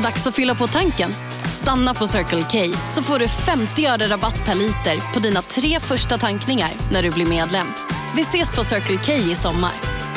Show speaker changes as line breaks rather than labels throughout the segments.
Dags att fylla på tanken. Stanna på Circle K så får du 50 öre rabatt per liter på dina 3 första tankningar när du blir medlem. Vi ses på Circle K i sommar.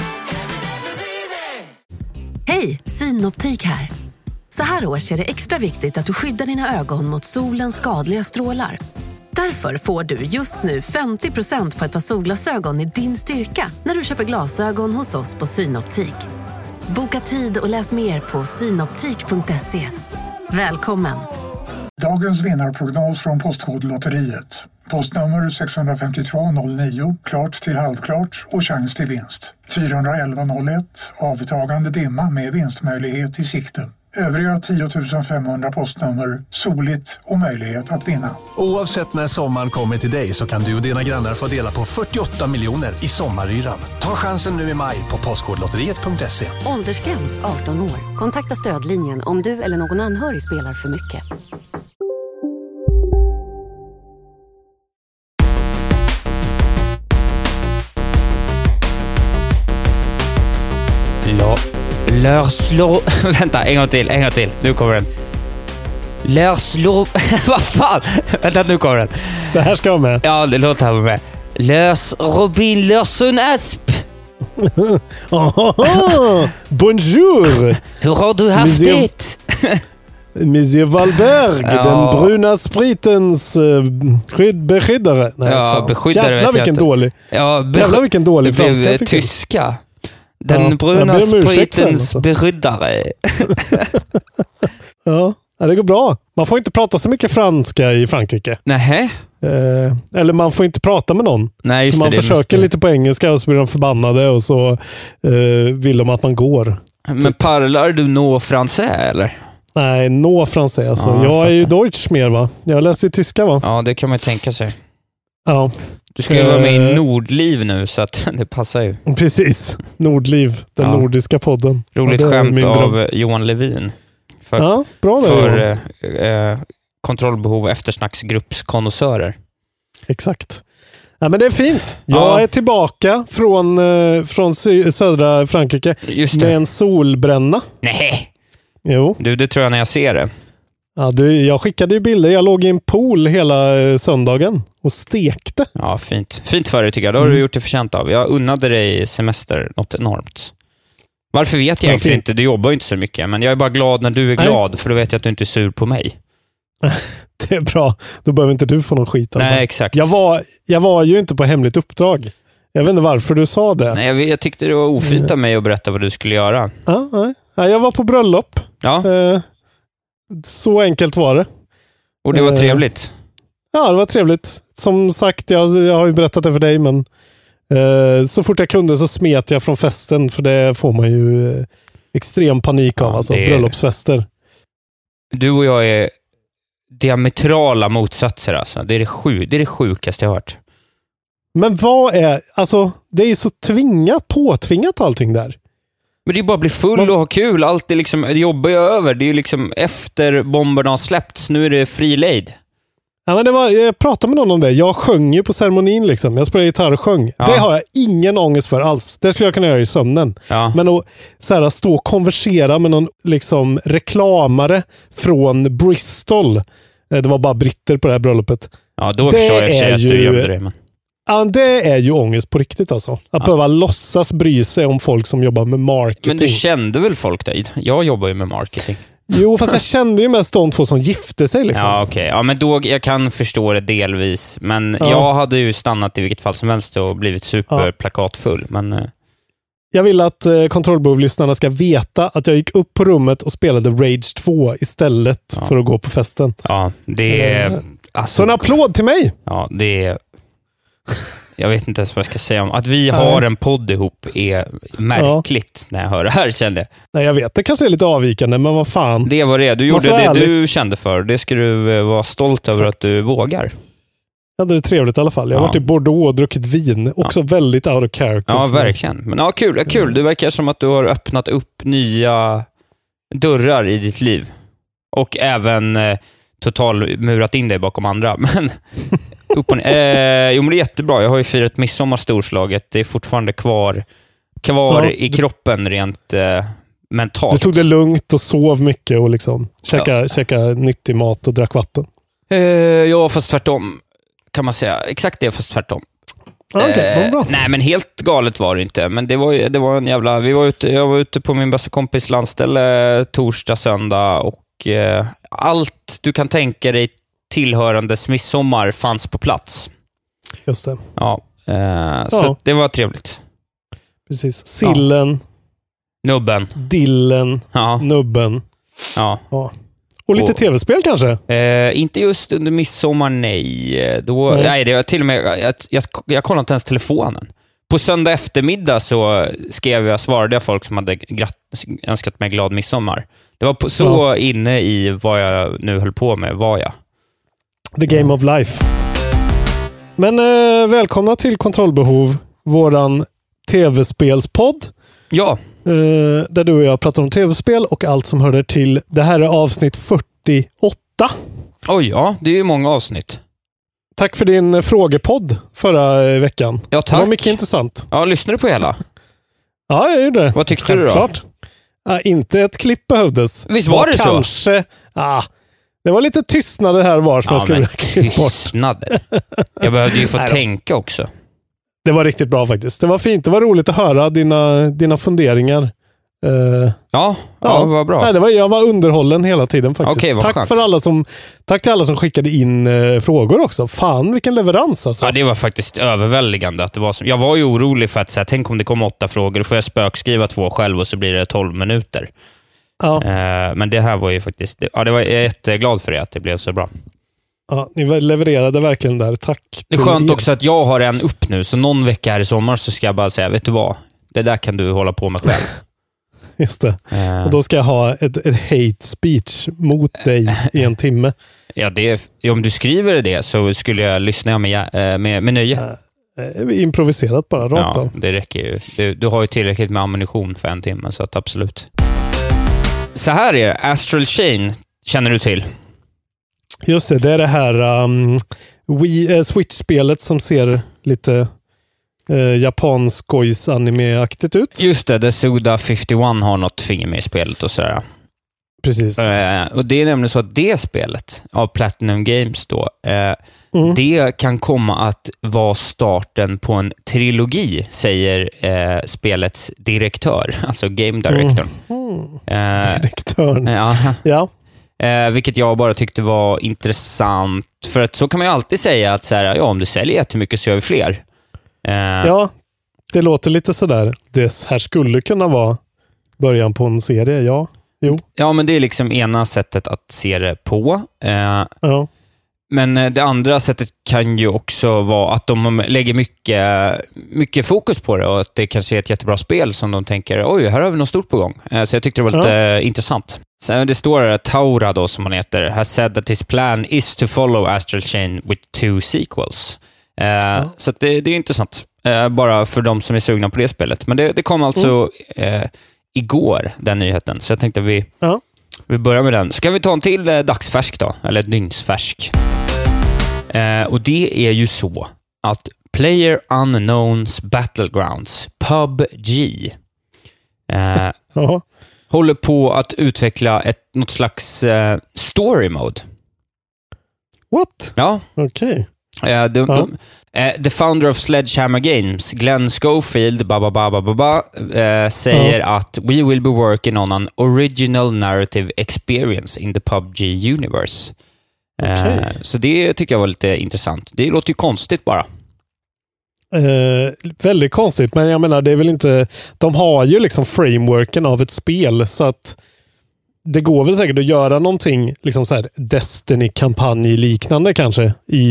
Hej, Synoptik här. Så här års är det extra viktigt att du skyddar dina ögon mot solens skadliga strålar. Därför får du just nu 50% på ett par solglasögon i din styrka när du köper glasögon hos oss på Synoptik. Boka tid och läs mer på synoptik.se. Välkommen!
Dagens vinnarprognos från Postkodlotteriet. Postnummer 65209, klart till halvklart och chans till vinst. 41101, avtagande dimma med vinstmöjlighet i sikte. Övriga 10 500 postnummer, soligt och möjlighet att vinna.
Oavsett när sommaren kommer till dig så kan du och dina grannar få dela på 48 miljoner i sommaryran. Ta chansen nu i maj på postkodlotteriet.se.
Åldersgräns 18 år. Kontakta stödlinjen om du eller någon anhörig spelar för mycket.
Vänta, en gång till. Nu kommer den. Vad fan? Vänta, nu kommer den.
Det här ska jag med.
Ja, det låter här med. Robin Larsson Asp.
Bonjour.
Hur har du haft det?
Monsieur Wahlberg, den bruna spritens beskyddare. Nej,
ja, beskyddare.
Jävlar vilken dålig.
Ja,
jävlar vilken dålig franska.
Det blev tyska. Den bruna spritens beskyddare.
Ja, det går bra. Man får inte prata så mycket franska i Frankrike.
Nej.
Eller man får inte prata med någon.
Nej, just
man
det,
försöker lite på engelska och så blir de förbannade och så vill de att man går.
Men parlar du nå fransä eller?
Nej, nå fransä alltså.
Ja,
jag är ju deutsch mer va? Jag läste ju tyska va?
Ja, det kan man tänka sig.
Ja.
Du ska ju vara med i Nordliv nu så att det passar ju.
Precis. Nordliv, den nordiska podden.
Roligt skämt av Johan Levin.
Ja, bra där.
För kontrollbehov och eftersnacksgruppskonnässörer.
Exakt. Ja, men det är fint. Jag är tillbaka från södra Frankrike med en solbränna.
Nej.
Jo.
Du, det tror jag när jag ser det.
Ja, jag skickade ju bilder. Jag låg i en pool hela söndagen och stekte.
Ja, fint. Fint för dig tycker jag. Det har du gjort det förtjänt av. Jag unnade dig semester något enormt. Varför vet jag egentligen inte. Du jobbar ju inte så mycket. Men jag är bara glad när du är glad. För då vet jag att du inte är sur på mig.
Det är bra. Då behöver inte du få någon skit.
Nej, exakt.
Jag var ju inte på hemligt uppdrag. Jag vet inte varför du sa det.
Nej, jag tyckte det var ofint av mig att berätta vad du skulle göra.
Ja, jag var på bröllop.
Ja.
Så enkelt var det.
Och det var trevligt.
Ja, det var trevligt. Som sagt, jag har ju berättat det för dig, men så fort jag kunde så smet jag från festen, för det får man ju extrem panik av, alltså bröllopsfester. Du och jag är diametrala motsatser alltså. Det är det sjukaste jag har hört. Men vad är, alltså det är så påtvingat allting där. Men det är bara att bli full och ha kul. Allt är liksom, det jobbar ju över. Det är liksom efter bomberna har släppts. Nu är det fri lejd. Ja, men jag pratade med någon om det. Jag sjöng ju på ceremonin liksom. Jag spelade gitarr och sjöng. Ja. Det har jag ingen ångest för alls. Det skulle jag kunna göra i sömnen. Ja. Men att så här, stå och konversera med någon liksom reklamare från Bristol. Det var bara britter på det här bröllopet. Ja, då förstår jag sig att du gömde det. Men... Ja, det är ju ångest på riktigt alltså. Att behöva låtsas bry sig om folk som jobbar med marketing. Men du kände väl folk där? Jag jobbar ju med marketing. Jo, fast jag kände ju mest de två som gifte sig liksom. Ja, okej. Ja, men då, jag kan förstå det delvis. Men jag hade ju stannat i vilket fall som helst och blivit superplakatfull. Men... Jag vill att kontrollbehov-lyssnarna ska veta att jag gick upp på rummet och spelade Rage 2 istället för att gå på festen. Ja, det är... Alltså... Så en applåd till mig! Ja, det är... Jag vet inte ens vad jag ska säga om. Att vi har en podd ihop är märkligt när jag hör det här, kände jag. Nej, jag vet. Det kanske är lite avvikande, men vad fan. Det var det. Du gjorde det du kände för. Det ska du vara stolt över att du vågar. Ja, det är trevligt i alla fall. Jag har varit i Bordeaux och druckit vin. Också väldigt out of character. Ja, verkligen. Men kul. Det verkar som att du har öppnat upp nya dörrar i ditt liv. Och även total murat in dig bakom andra. Men... Jo, men det är jättebra. Jag har ju firat midsommar storslaget. Det är fortfarande kvar i kroppen rent
mentalt.
Du tog det lugnt och sov mycket och liksom käka nyttig mat och drack vatten.
Ja, fast tvärtom kan man säga. Exakt det, fast tvärtom.
Okay, bra.
Nej, men helt galet var det inte. Men det var en jävla... Jag var ute på min bästa kompis landställe torsdag, söndag och allt du kan tänka dig tillhörandes midsommar fanns på plats.
Just det.
Ja, så det var trevligt.
Precis. Sillen.
Nubben.
Dillen. Nubben.
Ja.
Och lite tv-spel kanske?
Inte just under midsommar, nej. Nej, det var till och med... Jag kollade inte ens telefonen. På söndag eftermiddag så svarade jag folk som hade önskat mig glad midsommar. Det var så inne i vad jag nu höll på med, var jag.
The game of life. Men välkomna till Kontrollbehov, våran tv-spelspodd.
Ja.
Där du och jag pratar om tv-spel och allt som hör där till. Det här är avsnitt 48.
Oj, ja. Det är ju många avsnitt.
Tack för din frågepodd förra veckan.
Ja, tack.
Det var mycket intressant.
Ja, lyssnade du på hela?
Ja, jag gjorde det.
Vad tyckte du då?
Inte ett klipp behövdes.
Visst var det
kanske, så? Det var lite tystnader här var som jag skulle klippa bort.
Tystnader. Jag behövde ju få tänka också.
Det var riktigt bra faktiskt. Det var fint. Det var roligt att höra dina funderingar.
Ja, vad bra.
Nej, jag var underhållen hela tiden faktiskt.
Okay,
tack till alla som skickade in frågor också. Fan, vilken leverans alltså.
Ja, det var faktiskt överväldigande. Att det var jag var ju orolig för att tänk om det kom 8 frågor, då får jag spökskriva 2 själv och så blir det 12 minuter. Ja. Men det här var ju faktiskt... Ja, jag är jätteglad för det, att det blev så bra.
Ja, ni levererade verkligen där. Tack.
Det är skönt också att jag har en upp nu, så någon vecka här i sommar så ska jag bara säga, vet du vad? Det där kan du hålla på med själv.
Just det. Och då ska jag ha ett hate speech mot dig i 1 timme.
Ja, om du skriver det så skulle jag lyssna med nöje.
Improviserat bara, rakt av.
Det räcker ju. Du har ju tillräckligt med ammunition för 1 timme, så att absolut. Så här är det. Astral Chain känner du till?
Just det, det är det här Switch-spelet som ser lite japanskojs anime-aktigt ut.
Just det, The Suda 51 har något finger med i spelet och sådär.
Precis.
Och det är nämligen så att det spelet av Platinum Games då, det kan komma att vara starten på en trilogi, säger spelets direktör, alltså game directorn.
Direktorn.
Ja. Vilket jag bara tyckte var intressant, för att så kan man ju alltid säga att om du säljer jättemycket så gör vi fler.
Ja, det låter lite sådär. Det här skulle kunna vara början på en serie, ja. Jo.
Ja, men det är liksom ena sättet att se det på. Men det andra sättet kan ju också vara att de lägger mycket fokus på det och att det kanske är ett jättebra spel som de tänker, oj, här har vi något stort på gång. Så jag tyckte det var lite intressant. Sen det står Taura då, som han heter, has said that his plan is to follow Astral Chain with 2 sequels. Så att det är intressant. Bara för de som är sugna på det spelet. Men det kom alltså igår, den nyheten. Så jag tänkte vi börjar med den. Ska vi ta en till dagsfärsk då? Eller dygnsfärsk. Och det är ju så att Player Unknowns Battlegrounds, PUBG, håller på att utveckla något slags story mode.
What?
Ja.
Okej.
The founder of Sledgehammer Games, Glenn Schofield, säger att we will be working on an original narrative experience in the PUBG universe. Så det tycker jag var lite intressant. Det låter ju konstigt bara.
Väldigt konstigt, men jag menar, det är väl inte... De har ju liksom frameworken av ett spel, så att det går väl säkert att göra någonting liksom så här Destiny-kampanj liknande kanske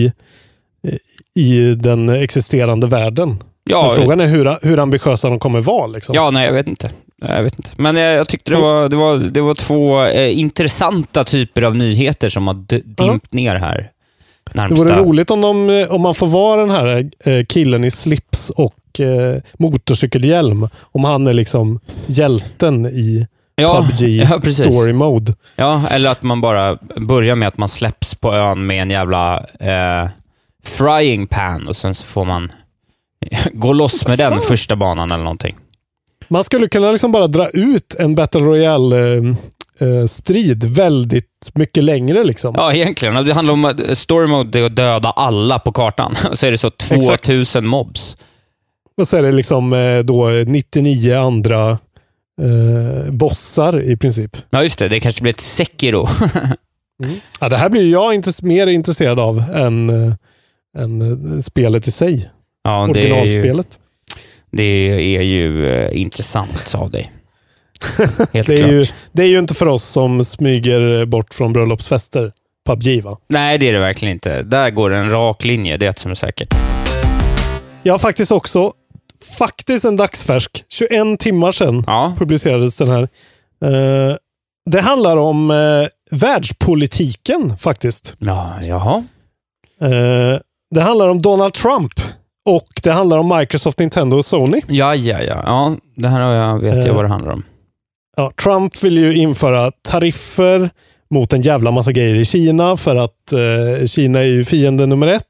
i den existerande världen. Ja, men frågan är hur ambitiösa de kommer vara. Liksom.
Ja, nej, jag vet inte. Men jag tyckte det var 2 intressanta typer av nyheter som har dimpt ner här. Närmsta.
Det vore roligt om man får vara den här killen i slips och motorcykelhjälm. Om han är liksom hjälten i PUBG story mode.
Ja, eller att man bara börjar med att man släpps på ön med en jävla frying pan och sen så får man gå loss med den första banan eller någonting.
Man skulle kunna liksom bara dra ut en Battle Royale strid väldigt mycket längre liksom.
Ja, egentligen. Det handlar om att story mode är att döda alla på kartan. Och så är det så 2000 mobs.
Och så är det liksom då 99 andra bossar i princip.
Ja, just det. Det kanske blir ett Sekiro.
Ja, det här blir jag mer intresserad av än spelet i sig.
Ja,
originalspelet.
Det är ju intressant av dig. Helt
det är ju inte för oss som smyger bort från bröllopsfester PUBG, va?
Nej, det är det verkligen inte. Där går en rak linje, det är som är säkert.
Jag har faktiskt en dagsfärsk. 21 timmar sedan publicerades den här. Det handlar om världspolitiken faktiskt.
Ja, jaha.
Det handlar om Donald Trump och det handlar om Microsoft, Nintendo och Sony.
Ja, det här vet jag vad det handlar om.
Ja, Trump vill ju införa tariffer mot en jävla massa grejer i Kina för att Kina är ju fiende nummer 1.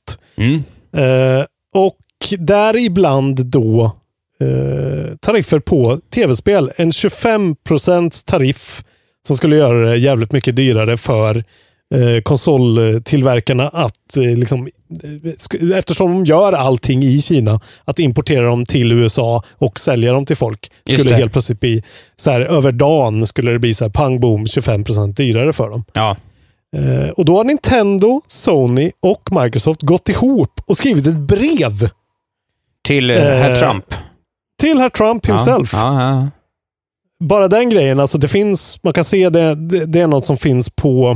Och där ibland då tariffer på tv-spel. En 25% tariff som skulle göra det jävligt mycket dyrare för konsoltillverkarna att liksom, eftersom de gör allting i Kina, att importera dem till USA och sälja dem till folk. Skulle helt plötsligt bli så här, över dagen skulle det bli så här pang boom 25% dyrare för dem.
Ja.
Och då har Nintendo, Sony och Microsoft gått ihop och skrivit ett brev
till herr Trump.
Till herr Trump himself.
Ja.
Bara den grejen, alltså det finns, man kan se det är något som finns på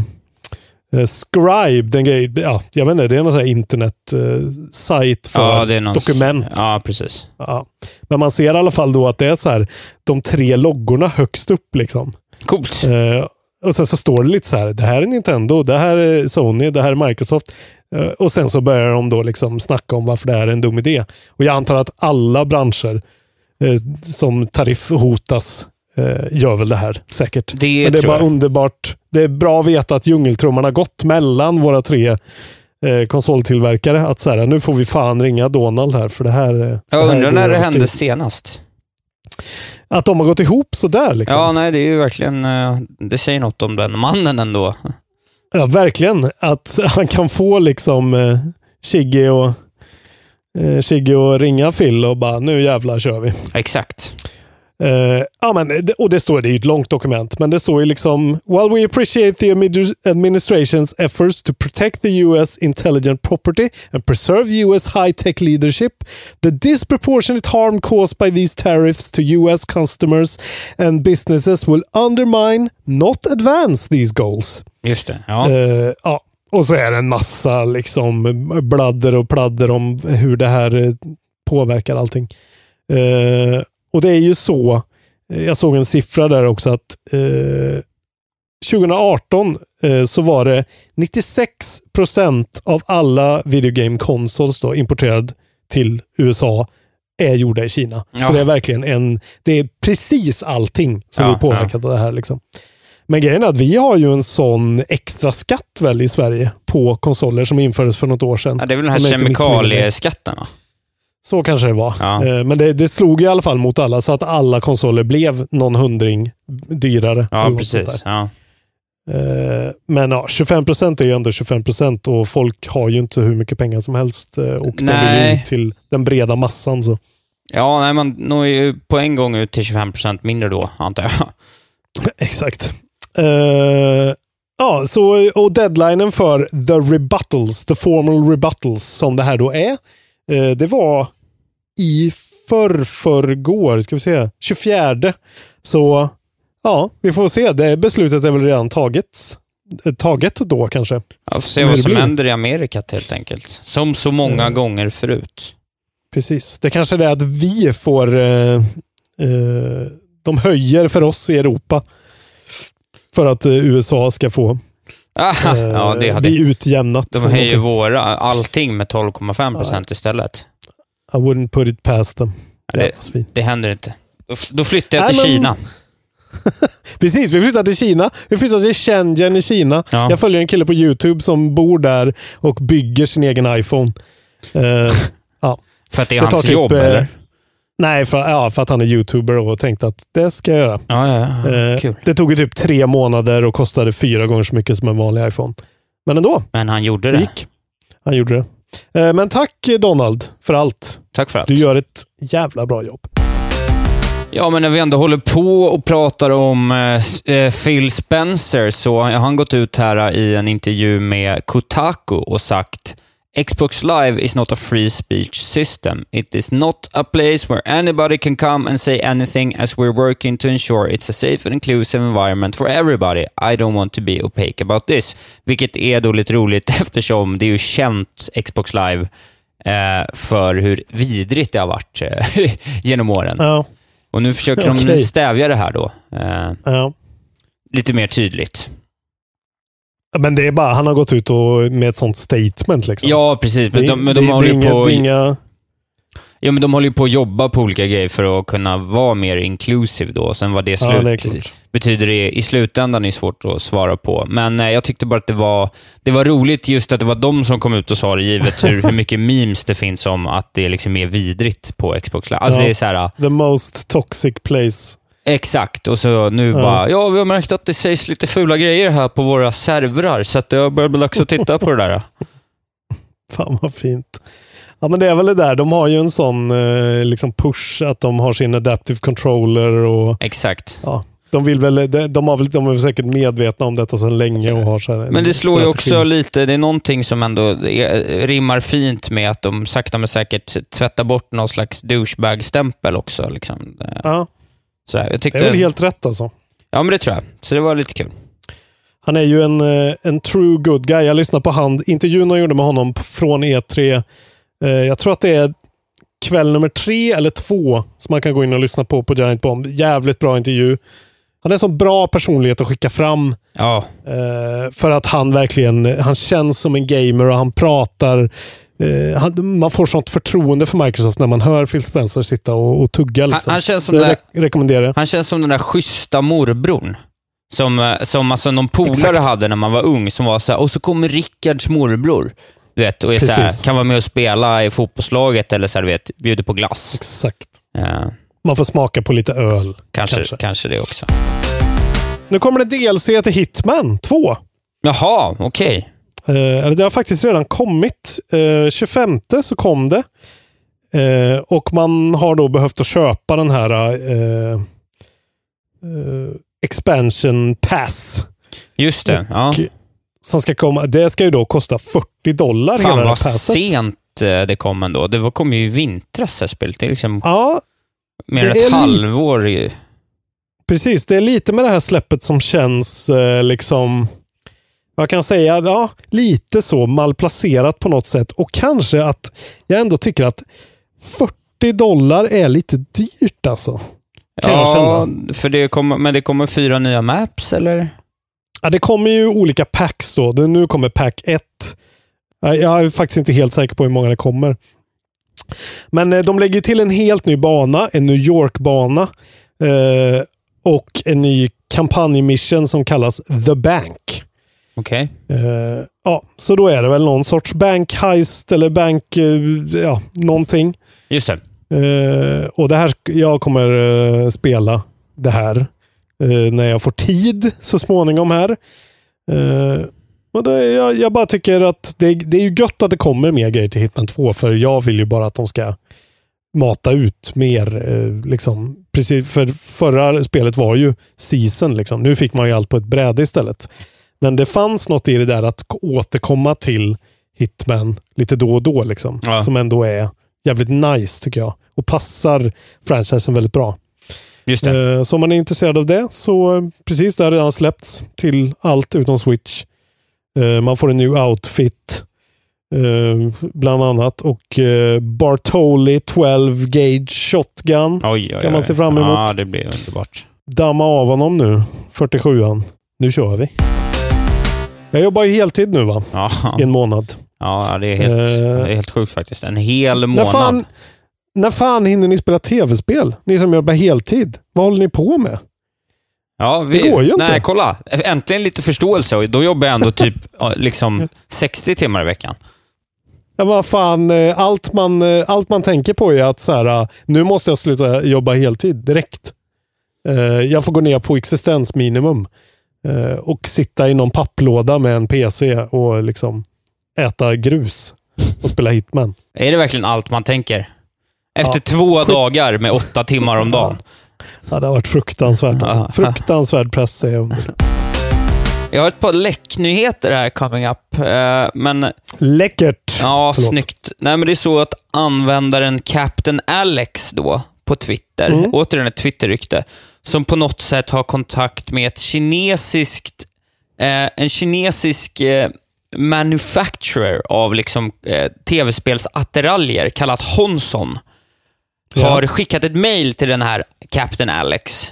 Scribe, den grejen, jag vet inte, det är någon sån här internet-sajt för dokument.
Ja, precis.
Ja. Men man ser i alla fall då att det är så här, de 3 loggorna högst upp liksom.
Coolt.
Och sen så står det lite så här, det här är Nintendo, det här är Sony, det här är Microsoft. Och sen så börjar de då liksom snacka om varför det här är en dum idé. Och jag antar att alla branscher som tariff hotas gör väl det här säkert. Men det är bara underbart. Det är bra att veta att djungeltrumman har gått mellan våra 3 konsoltillverkare. Att så här, nu får vi fan ringa Donald här för det här.
Jag undrar när det hände senast.
Att de har gått ihop så där liksom.
Ja, nej, det är ju verkligen, det säger något om den mannen ändå.
Ja, verkligen. Att han kan få liksom Shiggy och ringa Phil och bara, nu jävlar kör vi.
Exakt.
Och det står, det är ju ett långt dokument, men det står ju liksom, while we appreciate the administration's efforts to protect the US intelligent property and preserve US high-tech leadership, the disproportionate harm caused by these tariffs to US customers and businesses will undermine, not advance these goals.
Just det,
ja. Och så är det en massa liksom bladder och pladder om hur det här påverkar allting. Och det är ju så, jag såg en siffra där också att 2018 så var det 96% av alla videogame consoles då importerad till USA är gjorda i Kina. Ja. Så det är verkligen det är precis allting som är påverkat av det här liksom. Men grejen är att vi har ju en sån extra skatt väl i Sverige på konsoler som infördes för något år sedan.
Ja, det är väl den här kemikalieskatten, va?
Så kanske det var. Ja. Men det slog i alla fall mot alla så att alla konsoler blev någon hundring dyrare.
Ja, precis. Ja.
Men 25% är ju ändå 25% och folk har ju inte hur mycket pengar som helst och de vill ut till den breda massan. Så.
Ja, nej, man når ju på en gång ut till 25% mindre då, antar jag.
Exakt. Och deadlinen för the formal rebuttals som det här då är, det var i förrgår, ska vi se, 24. Så ja, vi får se. Det beslutet är väl redan taget då kanske.
Ja, får se vad som händer i Amerika helt enkelt. Som så många gånger förut.
Precis. Det kanske är det att vi får de höjer för oss i Europa för att USA ska få bli utjämnat.
De höjer allting med 12,5% istället.
I wouldn't put it past them.
Det händer inte. Då flyttar jag till Kina.
Precis, vi flyttar till Kina. Vi flyttar till Shenzhen i Kina. Ja. Jag följer en kille på YouTube som bor där och bygger sin egen iPhone.
För att det är hans jobb, eller?
Nej, för att han är YouTuber och tänkte att det ska jag göra.
Ja. Kul.
Det tog ju typ 3 månader och kostade 4 gånger så mycket som en vanlig iPhone. Men ändå.
Men han gjorde det.
Han gjorde det. Men tack Donald för allt.
Tack för allt.
Du gör ett jävla bra jobb.
Ja, men när vi ändå håller på och pratar om Phil Spencer så har han gått ut här i en intervju med Kotaku och sagt Xbox Live is not a free speech system. It is not a place where anybody can come and say anything as we're working to ensure it's a safe and inclusive environment for everybody. I don't want to be opaque about this. Vilket är då lite roligt eftersom det är ju känt Xbox Live för hur vidrigt det har varit genom åren.
Ja.
Och nu försöker de stävja det här då. Lite mer tydligt.
Men det är bara, han har gått ut med ett sånt statement liksom.
Ja, precis. Men de håller ju på... Ja, men de håller ju på att jobba på olika grejer för att kunna vara mer inclusive då. Sen vad det betyder det i slutändan är svårt att svara på. Men jag tyckte bara att det var roligt just att det var de som kom ut och sa det, givet hur mycket memes det finns om att det liksom är vidrigt på Xbox Live. Alltså det är så här...
The most toxic place.
Exakt, och så nu bara, vi har märkt att det sägs lite fula grejer här på våra servrar, så att jag börjar väl också titta på det där.
Fan vad fint. Ja, men det är väl det där, de har ju en sån liksom push att de har sin adaptive controller och...
Exakt.
Ja, de är väl säkert medvetna om detta sedan länge och har så här.
Men det slår ju också lite, det är någonting som ändå rimmar fint med att de sakta men säkert tvättar bort någon slags douchebag-stämpel också liksom.
Ja.
Så jag tyckte,
det är väl helt rätt alltså.
Ja, men det tror jag. Så det var lite kul.
Han är ju en true good guy. Jag lyssnade på intervjun jag gjorde med honom från E3. Jag tror att det är kväll nummer 3 eller 2 som man kan gå in och lyssna på Giant Bomb. Jävligt bra intervju. Han är en så bra personlighet att skicka fram.
Ja.
För att han känns som en gamer och han pratar... man får sånt förtroende för Microsoft när man hör Phil Spencer sitta och tugga. Liksom.
Han känns som
rekommenderar.
Han känns som den där schyssta morbrorn som alltså någon polare hade när man var ung, som var så här, och så kommer Rickards morbror, du vet, och är så här, kan vara med och spela i fotbollslaget eller så här, du vet, bjuder på glass.
Exakt. Man får smaka på lite öl.
Kanske det också.
Nu kommer det DLC till Hitman 2.
Jaha, okej.
Det har faktiskt redan kommit. 25 så kom det. Och man har då behövt att köpa den här expansion pass.
Just det, ja.
Som ska komma. Det ska ju då kosta $40.
Fan vad sent det kom ändå. Det kom ju i vintras här spelet. Det är liksom mer än ett halvår.
Precis, det är lite med det här släppet som känns liksom... Jag kan säga, lite så malplacerat på något sätt. Och kanske att jag ändå tycker att $40 är lite dyrt alltså.
För det kommer 4 nya maps, eller?
Ja, det kommer ju olika packs då. Nu kommer pack 1. Jag är faktiskt inte helt säker på hur många det kommer. Men de lägger till en helt ny bana, en New York-bana. Och en ny kampanjmission som kallas The Bank.
Okej.
Så då är det väl någon sorts bank heist eller någonting.
Just det.
Och det här, jag kommer spela det här när jag får tid så småningom här. Och jag bara tycker att det är ju gött att det kommer mer grejer till Hitman 2, för jag vill ju bara att de ska mata ut mer liksom, precis, för förra spelet var ju season liksom. Nu fick man ju allt på ett bräde istället. Men det fanns något i det där att återkomma till Hitman lite då och då liksom, som ändå är jävligt nice tycker jag, och passar franchisen väldigt bra.
Just det.
Så om man är intresserad av det, så precis, det har redan släppts till allt utom Switch. Man får en ny outfit bland annat, och Bartoli 12 gauge shotgun kan man se fram emot.
Ja, det blir underbart.
Damma av honom nu, 47an. Nu kör vi. Jag jobbar ju heltid nu va? I en månad.
Ja, det är helt sjukt faktiskt. En hel månad.
När fan hinner ni spela tv-spel? Ni som jobbar heltid. Vad håller ni på med?
Ja,
det går ju inte.
Nej, kolla. Äntligen lite förståelse. Och då jobbar jag ändå typ liksom 60 timmar i veckan.
Ja, vad fan, allt man tänker på är att så här, nu måste jag sluta jobba heltid direkt. Jag får gå ner på existensminimum och sitta i någon papplåda med en PC och liksom äta grus och spela Hitman.
Är det verkligen allt man tänker? Efter 2 dagar med 8 timmar om dagen.
Ja, det har varit fruktansvärt. Alltså. Fruktansvärd press är jag under.
Jag har ett par läcknyheter här coming up. Men...
Läckert!
Ja, snyggt. Nej, men det är så att användaren Captain Alex då på Twitter, återigen ett Twitter-rykte, som på något sätt har kontakt med ett en kinesisk manufacturer av liksom tv-spelsattiraljer kallat Honson, har skickat ett mejl till den här Captain Alex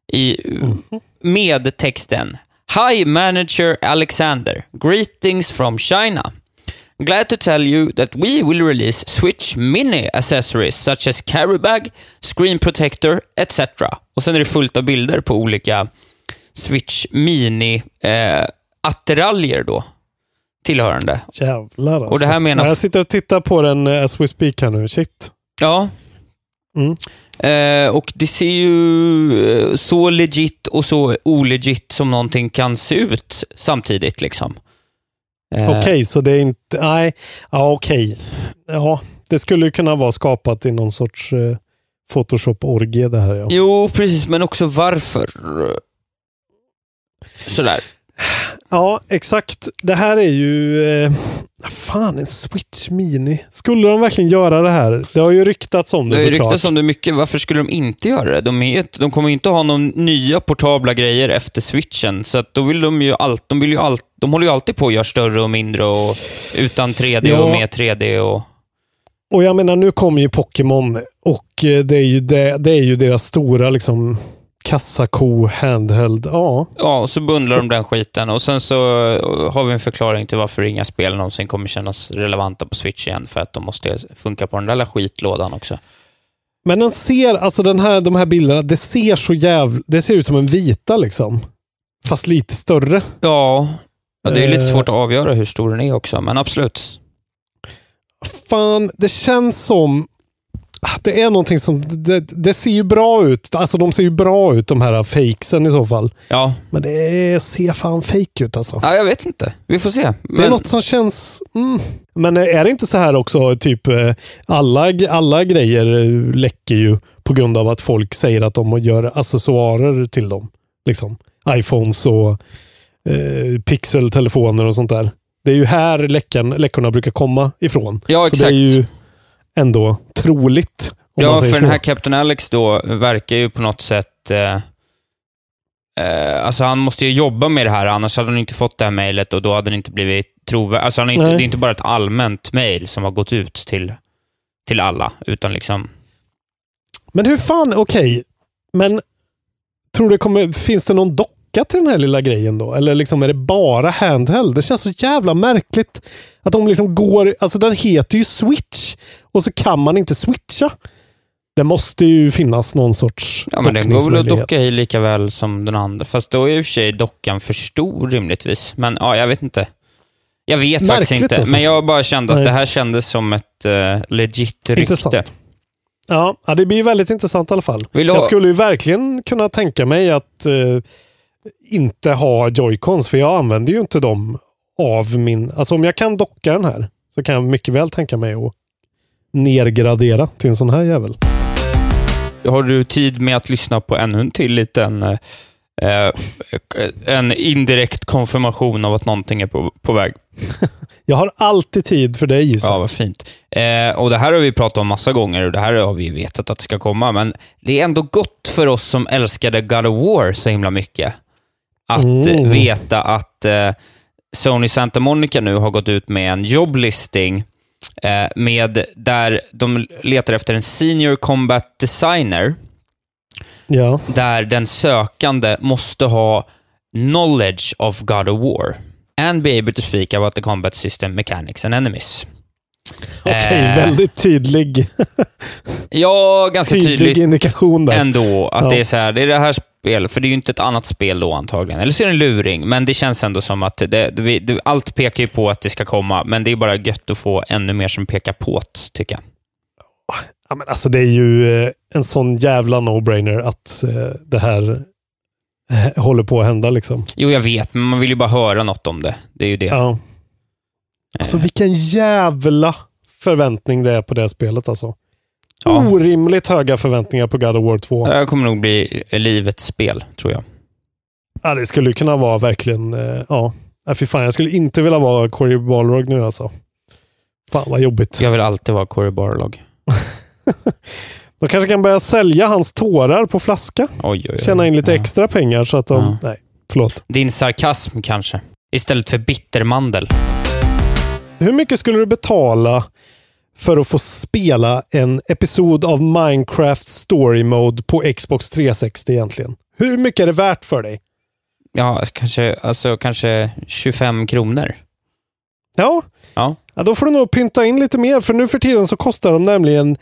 med texten: Hi Manager Alexander, greetings from China. Glad to tell you that we will release Switch Mini accessories such as carry bag, screen protector, etc. Och sen är det fullt av bilder på olika Switch Mini attiraljer då tillhörande.
Jävlar alltså.
Och det här menar...
Jag sitter och tittar på den as we speak här nu. Shit.
Ja. Och det ser ju så legit och så olegit som någonting kan se ut samtidigt liksom.
Okej, så det är inte... Nej, ja okej. Ja, det skulle ju kunna vara skapat i någon sorts Photoshop-orgie det här. Ja.
Jo, precis, men också varför? Sådär.
Ja, exakt. Det här är ju... fan, en Switch Mini. Skulle de verkligen göra det här? Det har ju ryktats om det såklart. Det har ryktats
om det mycket. Varför skulle de inte göra det? De kommer ju inte ha någon nya portabla grejer efter Switchen. Så att då vill de ju de håller ju alltid på att göra större och mindre och utan 3D och med 3D och
jag menar, nu kommer ju Pokémon och det är ju deras stora liksom kassako handheld.
Ja, så bundlar de den skiten och sen så har vi en förklaring till varför inga spel någonsin kommer kännas relevanta på Switch igen, för att de måste funka på den där skitlådan också.
Men den ser, alltså de här bilderna, det ser det ser ut som en vita liksom. Fast lite större.
Ja, det är lite svårt att avgöra hur stor den är också, men absolut.
Fan, det känns som det är någonting som det ser ju bra ut. Alltså de ser ju bra ut, de här fakesen i så fall. Ja. Men det ser fan fake ut alltså.
Ja, jag vet inte. Vi får se.
Det är något som känns... Men är det inte så här också, typ alla grejer läcker ju på grund av att folk säger att de gör accessoarer till dem. Liksom. iPhones och pixeltelefoner och sånt där. Det är ju här läckorna brukar komma ifrån.
Ja, exakt.
Så det är ju ändå troligt.
Ja, för den här Captain Alex då verkar ju på något sätt alltså han måste ju jobba med det här, annars hade han inte fått det här mejlet och då hade det inte blivit trovärdigt. Alltså det är inte bara ett allmänt mejl som har gått ut till alla, utan liksom...
Men hur fan, okej. Men tror du finns det någon docka till den här lilla grejen då? Eller liksom är det bara handheld? Det känns så jävla märkligt att de liksom går... Alltså den heter ju Switch och så kan man inte switcha. Det måste ju finnas någon sorts...
Ja, men den går väl att docka i lika väl som den andra. Fast då är ju för sig dockan för stor rimligtvis. Men ja, jag vet inte. Jag vet märkligt faktiskt inte. Alltså. Men jag bara kände att det här kändes som ett legit rykte.
Intressant. Ja, det blir väldigt intressant i alla fall. Jag skulle ju verkligen kunna tänka mig att inte ha Joy-Cons, för jag använder ju inte dem av min... Alltså om jag kan docka den här så kan jag mycket väl tänka mig att nergradera till en sån här jävel.
Har du tid med att lyssna på ännu en till liten en indirekt konfirmation av att någonting är på väg?
Jag har alltid tid för dig, Isak.
Ja, vad fint. Och det här har vi pratat om massa gånger och det här har vi vetat att det ska komma, men det är ändå gott för oss som älskade God of War så himla mycket att veta att Sony Santa Monica nu har gått ut med en jobblisting med där de letar efter en senior combat designer.
Ja.
Där den sökande måste ha knowledge of God of War and be able to speak about the combat system, mechanics and enemies.
Okej, väldigt tydlig.
Ja, ganska tydlig
indikation där.
Ändå att det är så här, det är det här spel, för det är ju inte ett annat spel då antagligen. Eller så är det en luring, men det känns ändå som att allt pekar ju på att det ska komma, men det är bara gött att få ännu mer som pekar på det, tycker jag.
Ja, men alltså det är ju en sån jävla no-brainer att det här håller på att hända liksom.
Jo, jag vet, men man vill ju bara höra något om det. Det är ju det.
Ja. Alltså vilken jävla förväntning det är på det spelet alltså. Ja. Orimligt höga förväntningar på God of War 2.
Det kommer nog bli livets spel, tror jag.
Ja, det skulle kunna vara verkligen, ja. Fy fan, jag skulle inte vilja vara Cory Barlog nu alltså. Fan vad jobbigt.
Jag vill alltid vara Cory Barlog.
De kanske kan börja sälja hans tårar på flaska.
Oj.
Tjäna in lite extra pengar så att de... Nej, förlåt.
Din sarkasm kanske. Istället för bittermandel.
Hur mycket skulle du betala för att få spela en episod av Minecraft Story Mode på Xbox 360 egentligen? Hur mycket är det värt för dig?
Ja, kanske 25 kronor.
Ja, då får du nog pynta in lite mer, för nu för tiden så kostar de nämligen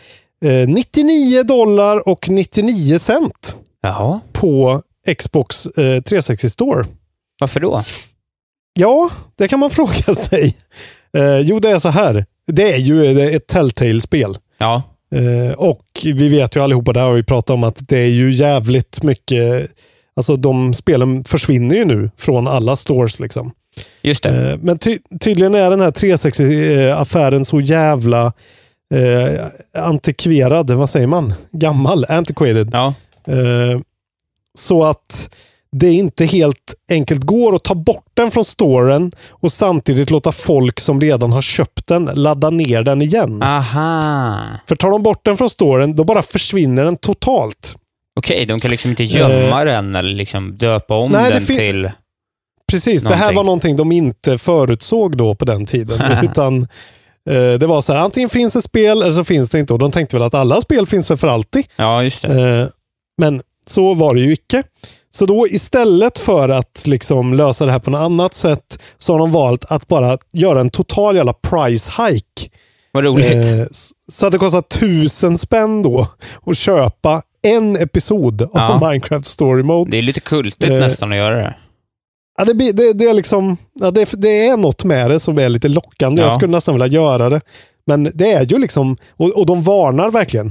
$99.99 på Xbox 360 Store.
Varför då?
Ja, det kan man fråga sig. Jo, det är så här. Det är ju ett Telltale-spel.
Ja.
Och vi vet ju allihopa, där har vi pratat om att det är ju jävligt mycket... Alltså de spelen försvinner ju nu från alla stores liksom.
Just det.
Men tydligen är den här 360-affären så jävla antikverad, vad säger man? Gammal, antiquated.
Ja.
Så att det inte helt enkelt går att ta bort den från storen och samtidigt låta folk som redan har köpt den ladda ner den igen.
Aha.
För tar de bort den från storen, då bara försvinner den totalt.
Okej, de kan liksom inte gömma den eller liksom döpa om den till...
Precis,
någonting.
Det här var någonting de inte förutsåg då på den tiden. Utan det var så här, antingen finns ett spel eller så finns det inte. Och de tänkte väl att alla spel finns för alltid.
Ja, just det.
Men så var det ju icke. Så då istället för att liksom lösa det här på något annat sätt så har de valt att bara göra en total jävla price hike.
Vad roligt.
Så att det kostar 1000 spänn då att köpa en episod av Minecraft Story Mode.
Det är lite kultigt nästan att göra det.
Ja, det är liksom, ja, det är något med det som är lite lockande. Jag skulle nästan vilja göra det. Men det är ju liksom, och de varnar verkligen.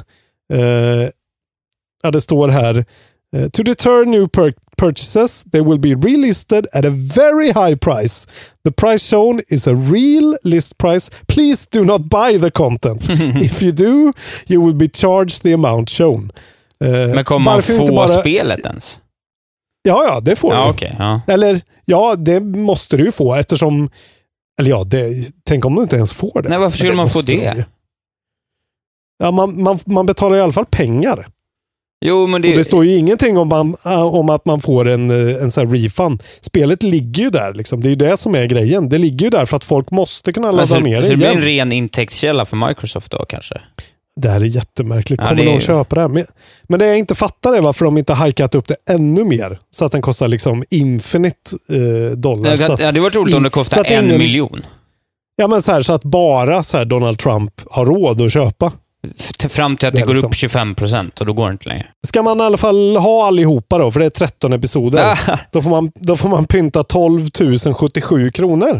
Det står här, to deter new purchases, they will be relisted at a very high price. The price shown is a real list price. Please do not buy the content. If you do, you will be charged the amount shown.
Men kommer man få spelet ens?
Ja, det får du.
Okay, ja.
Eller, ja, det måste du ju få eftersom, eller ja, tänk om du inte ens får det.
Nej, varför skulle man få det?
Ja, man betalar i alla fall pengar.
Jo, men
det står ju ingenting om att man får en sån här refund. Spelet ligger ju där liksom. Det är ju det som är grejen. Det ligger ju där för att folk måste kunna ladda ner det.
Så det blir en ren intäktskälla för Microsoft då kanske?
Det här är jättemärkligt. Kommer de att köpa det här? Men det jag inte fattar är varför de inte har hikat upp det ännu mer. Så att den kostar liksom infinite dollar.
Det var roligt om det kostar 1 miljon.
Ja, men så att bara så här Donald Trump har råd att köpa.
Fram till att det går upp 25% och då går det inte längre. Ska
man i alla fall ha allihopa då, för det är 13 episoder. Då får man pynta 12 077 kronor.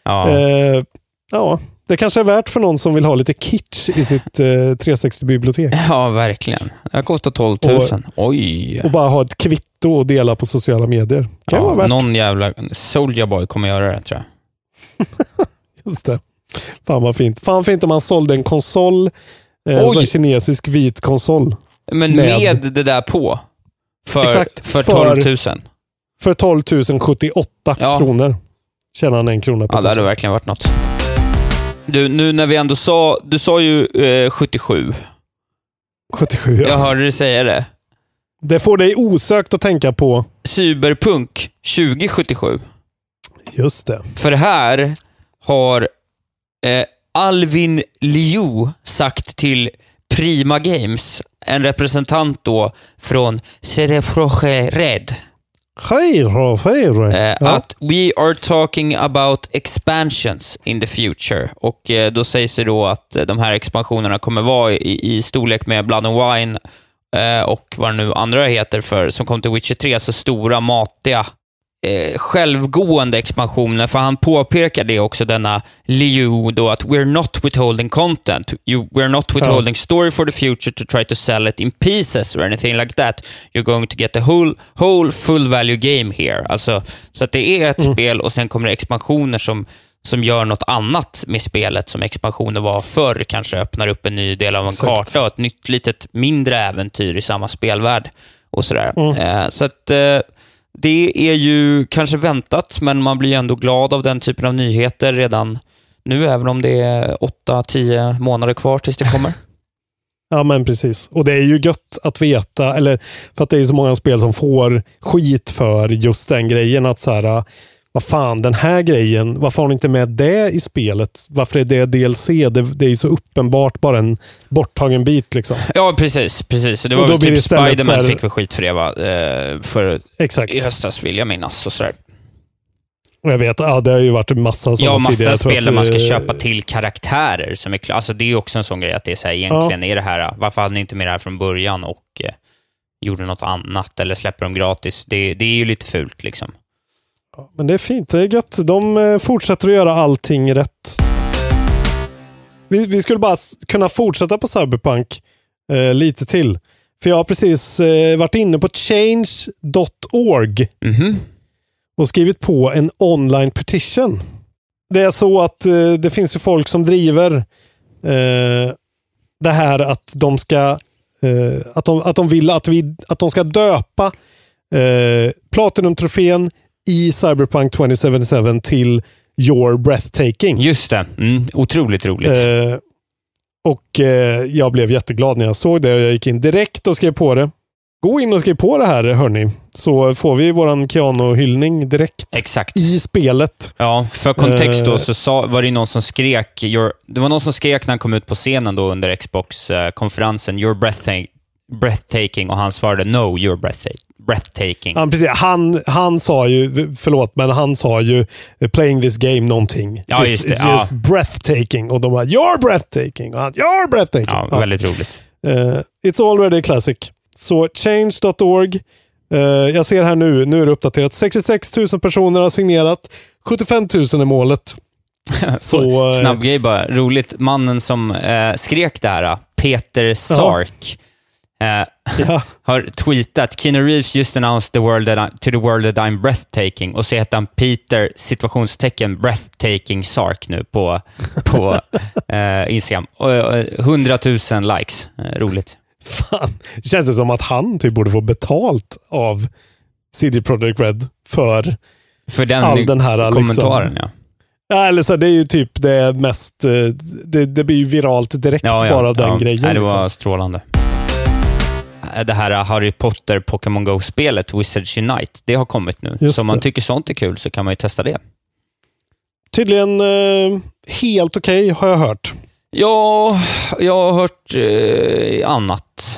Ja. Det kanske är värt för någon som vill ha lite kitsch i sitt 360-bibliotek.
Ja, verkligen. Det kostar 12 000. Oj.
Och bara ha ett kvitto och dela på sociala medier. Kan vara värt.
Någon jävla Soulja Boy kommer göra det, tror jag.
Just det. Fan vad fint. Fan fint om man sålde en konsol. En kinesisk vit konsol.
Men med det där på. För 12 000.
För 12 078 kronor. Tjänar han 1 krona på.
Ja, det hade verkligen varit något. Du, nu när vi ändå du sa ju 77.
77, ja.
Jag hörde dig säga det.
Det får dig osökt att tänka på
Cyberpunk 2077.
Just det.
För här har Alvin Liu sagt till Prima Games, en representant då från CD Projekt Red, att we are talking about expansions in the future. Och då sägs det då att de här expansionerna kommer vara i storlek med Blood and Wine och vad nu andra heter för som kom till Witcher 3, så stora, matiga, självgående expansioner, för han påpekar det också, denna Liu då, att we're not withholding content, we're not withholding story for the future to try to sell it in pieces or anything like that, you're going to get the whole full value game here, alltså, så att det är ett spel och sen kommer det expansioner som gör något annat med spelet som expansioner var förr, kanske öppnar upp en ny del av en karta och ett nytt litet mindre äventyr i samma spelvärld och sådär. Så att det är ju kanske väntat, men man blir ändå glad av den typen av nyheter redan nu, även om det är 8-10 månader kvar tills det kommer.
Ja, men precis. Och det är ju gött att veta, eller för att det är så många spel som får skit för just den grejen, att så här, vad fan, den här grejen, varför har ni inte med det i spelet? Varför är det DLC? Det är ju så uppenbart bara en borttagen bit liksom.
Ja, precis. Så det var väl typ Spider-Man fick vi skit för det, va? För exakt. I höstas vill jag minnas och sådär.
Och jag vet, det har ju varit en massa sådana
massa spel där man ska köpa till karaktärer som är klara. Alltså det är ju också en sån grej att det är så här, egentligen är det här, varför hade ni inte med det här från början och gjorde något annat eller släpper dem gratis? Det är ju lite fult liksom.
Men det är fint, det är gött. De fortsätter att göra allting rätt. Vi skulle bara kunna fortsätta på Cyberpunk lite till. För jag har precis varit inne på change.org och skrivit på en online petition. Det är så att det finns ju folk som driver det här att de ska att de vill att de ska döpa Platinum-trofén i Cyberpunk 2077 till Your Breathtaking.
Just det. Otroligt roligt.
Och jag blev jätteglad när jag såg det och jag gick in direkt och skrev på det. Gå in och skriv på det här, hörni. Så får vi våran Keanu-hyllning direkt.
Exakt.
I spelet.
Ja, för kontext då så var det någon som skrek det var någon som skrek när han kom ut på scenen då under Xbox-konferensen, Your breathtaking, och han svarade no, you're breathtaking.
Ja, precis. Han sa ju, förlåt, men han sa ju playing this game någonting.
Ja, just det.
It's just breathtaking. Och de var you're breathtaking. Och han, you're breathtaking.
Ja, väldigt roligt.
It's already a classic. Så change.org. Jag ser här nu är det uppdaterat. 66 000 personer har signerat. 75 000 är målet.
Så snabb grej bara. Roligt. Mannen som skrek där, Peter Sark, har tweetat Keanu Reeves just announced to the world that I'm breathtaking, och så heter han Peter citationstecken breathtaking Sark nu på Instagram. 100 000 likes. Roligt.
Fan. Känns det som att han typ borde få betalt av CD Projekt Red för
den
all den här
kommentaren,
liksom. Ja, eller så det är ju typ det mest det blir ju viralt direkt bara den grejen.
Nej, det var strålande. Det här Harry Potter Pokémon Go-spelet Wizards Unite, det har kommit nu. Just så om man tycker sånt är kul så kan man ju testa det.
Tydligen helt okej, har jag hört.
Ja, jag har hört annat.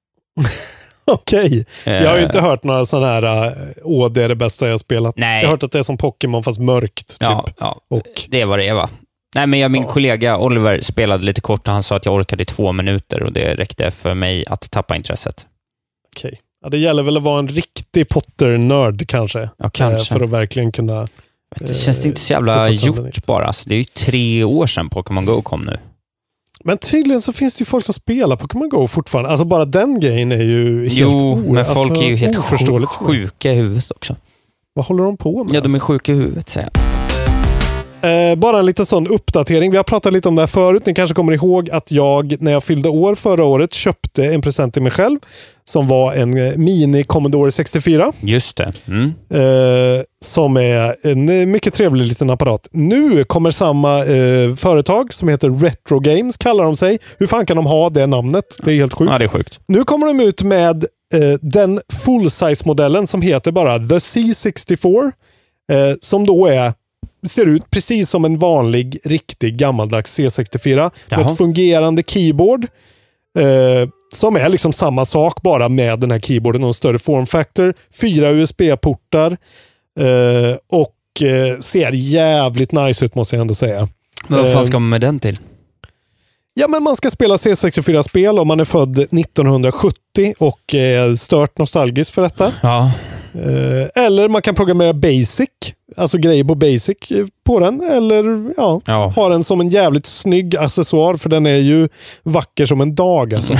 Okej. Jag har ju inte hört några sådana här det är det bästa jag har spelat.
Nej.
Jag har hört att det är som Pokémon fast mörkt. Typ.
Ja, och det är vad det är, va? Nej, men min kollega Oliver spelade lite kort och han sa att jag orkade i 2 minuter och det räckte för mig att tappa intresset.
Okej. Ja, det gäller väl att vara en riktig Potter-nörd kanske.
Ja, kanske.
För att verkligen kunna...
Det känns inte så jävla gjort bara. Alltså, det är ju 3 år sedan Pokémon Go kom nu.
Men tydligen så finns det ju folk som spelar Pokémon Go fortfarande. Alltså bara den grejen är ju helt
men folk är ju helt sjuka i huvudet också.
Vad håller de på med?
Ja, de är sjuka i huvudet, säger jag.
Bara en liten sån uppdatering. Vi har pratat lite om det här förut. Ni kanske kommer ihåg att jag, när jag fyllde år förra året, köpte en present till mig själv som var en mini Commodore 64.
Just det.
Som är en mycket trevlig liten apparat. Nu kommer samma företag som heter Retro Games, kallar de sig. Hur fan kan de ha det namnet? Det är helt sjukt.
Ja, det är sjukt.
Nu kommer de ut med den full-size-modellen som heter bara The C64. Som då ser ut precis som en vanlig, riktig gammaldags C64. Med ett fungerande keyboard. Som är liksom samma sak bara med den här keyboarden och en större formfactor. 4 USB-portar. Och ser jävligt nice ut, måste jag ändå säga.
Men vad fan ska man med den till?
Ja, men man ska spela C64-spel om man är född 1970 och är stört nostalgisk för detta.
Ja.
Eller man kan programmera Basic, alltså grejer på Basic på den. Eller ha den som en jävligt snygg accessoar, för den är ju vacker som en dag. Alltså.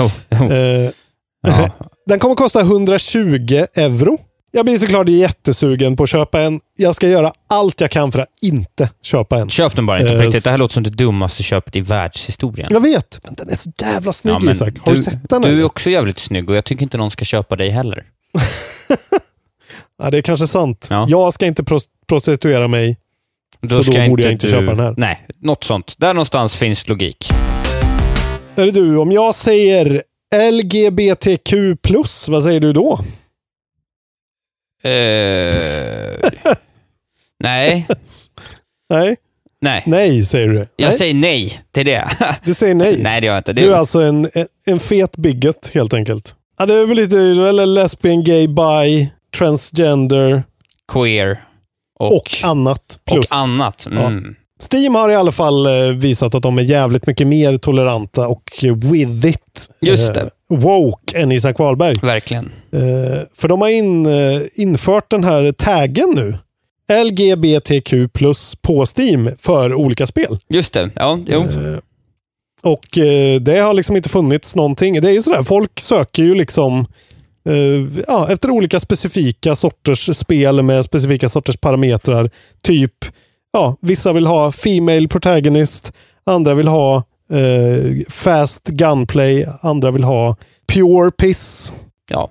Den kommer kosta 120 euro. Jag blir såklart jättesugen på att köpa en. Jag ska göra allt jag kan för att inte köpa en.
Köp den bara inte på riktigt. Det här låter som det dummaste köpet i världshistorien.
Jag vet, men den är så jävla snygg, Isak. Har du sett den?
Du är också jävligt snygg och jag tycker inte någon ska köpa dig heller.
Ja, det är kanske sant.
Ja.
Jag ska inte prostituera mig. Då borde jag inte köpa den här.
Nej, något sånt. Där någonstans finns logik.
Är det du, om jag säger LGBTQ+, vad säger du då?
Nej.
Nej. Nej, säger du.
Jag säger nej till det.
Du säger nej?
Nej, det gör jag inte.
Du är alltså en fet bigot, helt enkelt. Ja, det är väl lite eller lesbian, gay, bi, transgender,
queer
och annat. Plus.
Och annat. Mm.
Ja. Steam har i alla fall visat att de är jävligt mycket mer toleranta och with it.
Just det.
Woke än Isak Wahlberg.
Verkligen.
För de har infört den här taggen nu. LGBTQ+ på Steam för olika spel.
Just det. Ja, jo.
Och det har liksom inte funnits någonting. Det är ju sådär, folk söker ju liksom efter olika specifika sorters spel med specifika sorters parametrar. Typ, vissa vill ha female protagonist, andra vill ha fast gunplay, andra vill ha pure piss.
Ja.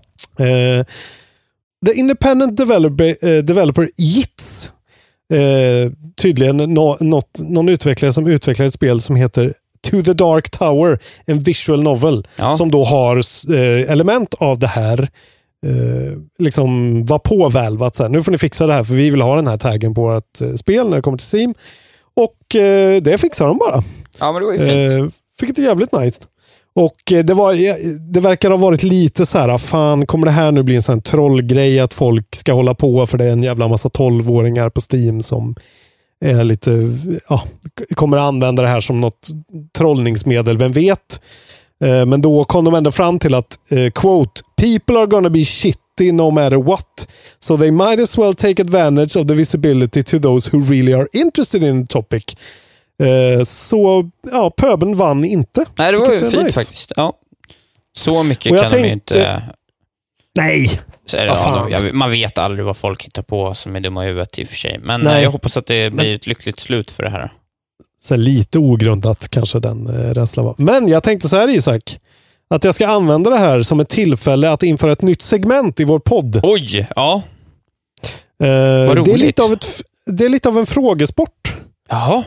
The Independent Developer JITS, tydligen någon utvecklare som utvecklar ett spel som heter To the Dark Tower, en visual novel, som då har element av det här liksom var påvälvat så här. Nu får ni fixa det här för vi vill ha den här taggen på ett spel när det kommer till Steam. Och det fixar de bara.
Ja, men det var ju fint.
Fick det jävligt nice. Och det verkar ha varit lite så här, fan, kommer det här nu bli en sån här trollgrej att folk ska hålla på för det är en jävla massa 12-åringar på Steam som är lite, kommer använda det här som något trollningsmedel, vem vet. Men då kom de ändå fram till att quote, people are gonna be shitty no matter what, so they might as well take advantage of the visibility to those who really are interested in the topic. Så pöben vann inte.
Nej, det var ju fint nice. Faktiskt. Ja. Så mycket kan de inte...
Nej!
Man vet aldrig vad folk hittar på som är dumma i huvudet i och för sig. Men jag hoppas att det blir ett lyckligt slut för det här.
Så lite ogrundat kanske den rädslan var. Men jag tänkte så här, Isak, att jag ska använda det här som ett tillfälle att införa ett nytt segment i vår podd.
Oj, ja. Vad roligt.
Det är lite av en frågesport.
Jaha.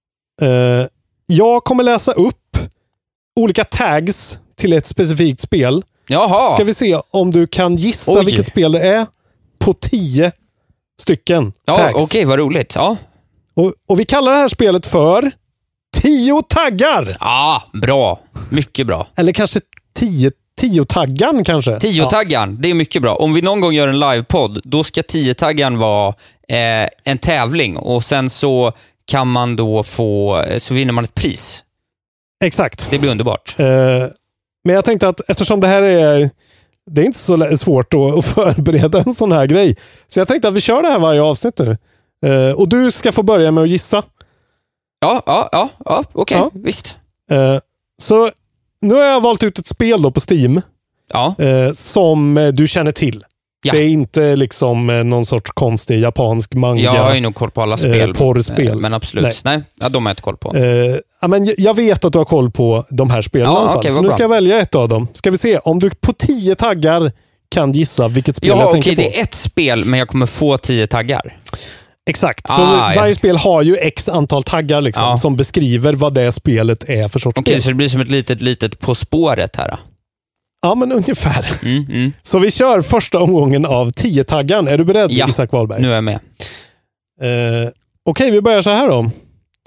Jag kommer läsa upp olika tags till ett specifikt spel.
Jaha.
Ska vi se om du kan gissa vilket spel det är på 10 stycken tags.
Okej, vad roligt. Ja.
Och vi kallar det här spelet för 10 taggar.
Ja, bra. Mycket bra.
Eller kanske 10-taggan kanske.
10-taggan, det är mycket bra. Om vi någon gång gör en livepodd, då ska 10-taggan vara en tävling. Och sen så kan man då så vinner man ett pris.
Exakt.
Det blir underbart.
Men jag tänkte att eftersom det här det är inte så svårt att förbereda en sån här grej. Så jag tänkte att vi kör det här varje avsnitt nu. Och du ska få börja med att gissa.
Ja, okej, visst.
Så nu har jag valt ut ett spel då på Steam.
Ja.
Som du känner till. Ja. Det är inte liksom någon sorts konstig japansk manga.
Jag har ju nog koll på alla spel.
Porrspel.
Men absolut. Nej, de har jag inte koll på.
Men jag vet att du har koll på de här spelen i alla fall. Så nu ska jag välja ett av dem. Ska vi se om du på 10 taggar kan gissa vilket spel jag tänker på.
Det är ett spel, men jag kommer få 10 taggar.
Exakt. Så varje spel har ju x antal taggar liksom, som beskriver vad det spelet är för sorts spel.
Så det blir som ett litet På spåret här då.
Ja, men ungefär. Så vi kör första omgången av 10-taggan. Är du beredd, Isak Wahlberg?
Nu är jag med.
Okej, vi börjar så här då.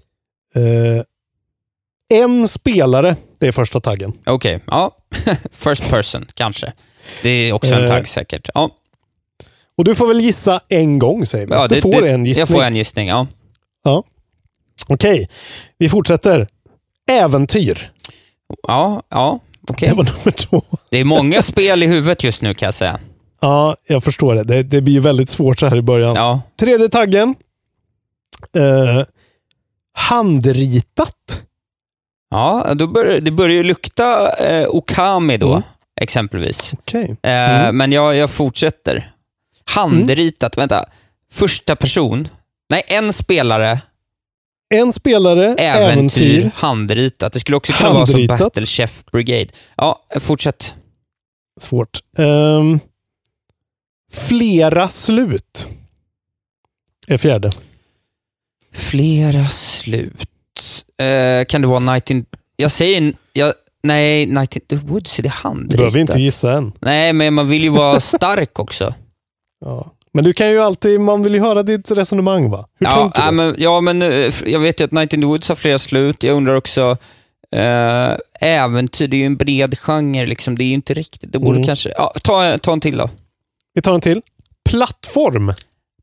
En spelare, det är första taggen.
Okej, ja. First person, kanske. Det är också en tagg säkert. Ja.
Och du får väl gissa en gång, säger vi.
Ja,
du får en gissning.
Jag får en gissning, ja.
Okej, vi fortsätter. Äventyr.
Ja, okej.
Det var nummer 2.
Det är många spel i huvudet just nu kan jag säga.
Ja, jag förstår det. Det blir ju väldigt svårt så här i början.
Ja.
Tredje taggen. Handritat.
Ja, det börjar ju lukta Okami då, exempelvis.
Okay.
Men jag fortsätter. Handritat, vänta. Första person. Nej, en spelare. Äventyr. Handritat. Det skulle också kunna vara som Battle Chef Brigade. Ja, fortsätt.
Svårt. Flera slut. Är fjärde.
Flera slut. Kan det vara Night in... Jag säger... Nej, Night in the Woods, är det handritat?
Du behöver inte gissa än.
Nej, men man vill ju vara stark också.
Ja. Men du kan ju alltid... Man vill ju höra ditt resonemang, va? Hur tänker du?
Men jag vet ju att Night in the Woods har flera slut. Jag undrar också... äventyr, det är ju en bred genre liksom. Det är ju inte riktigt... Det borde kanske... Ja, ta en till då.
Vi tar en till. Plattform.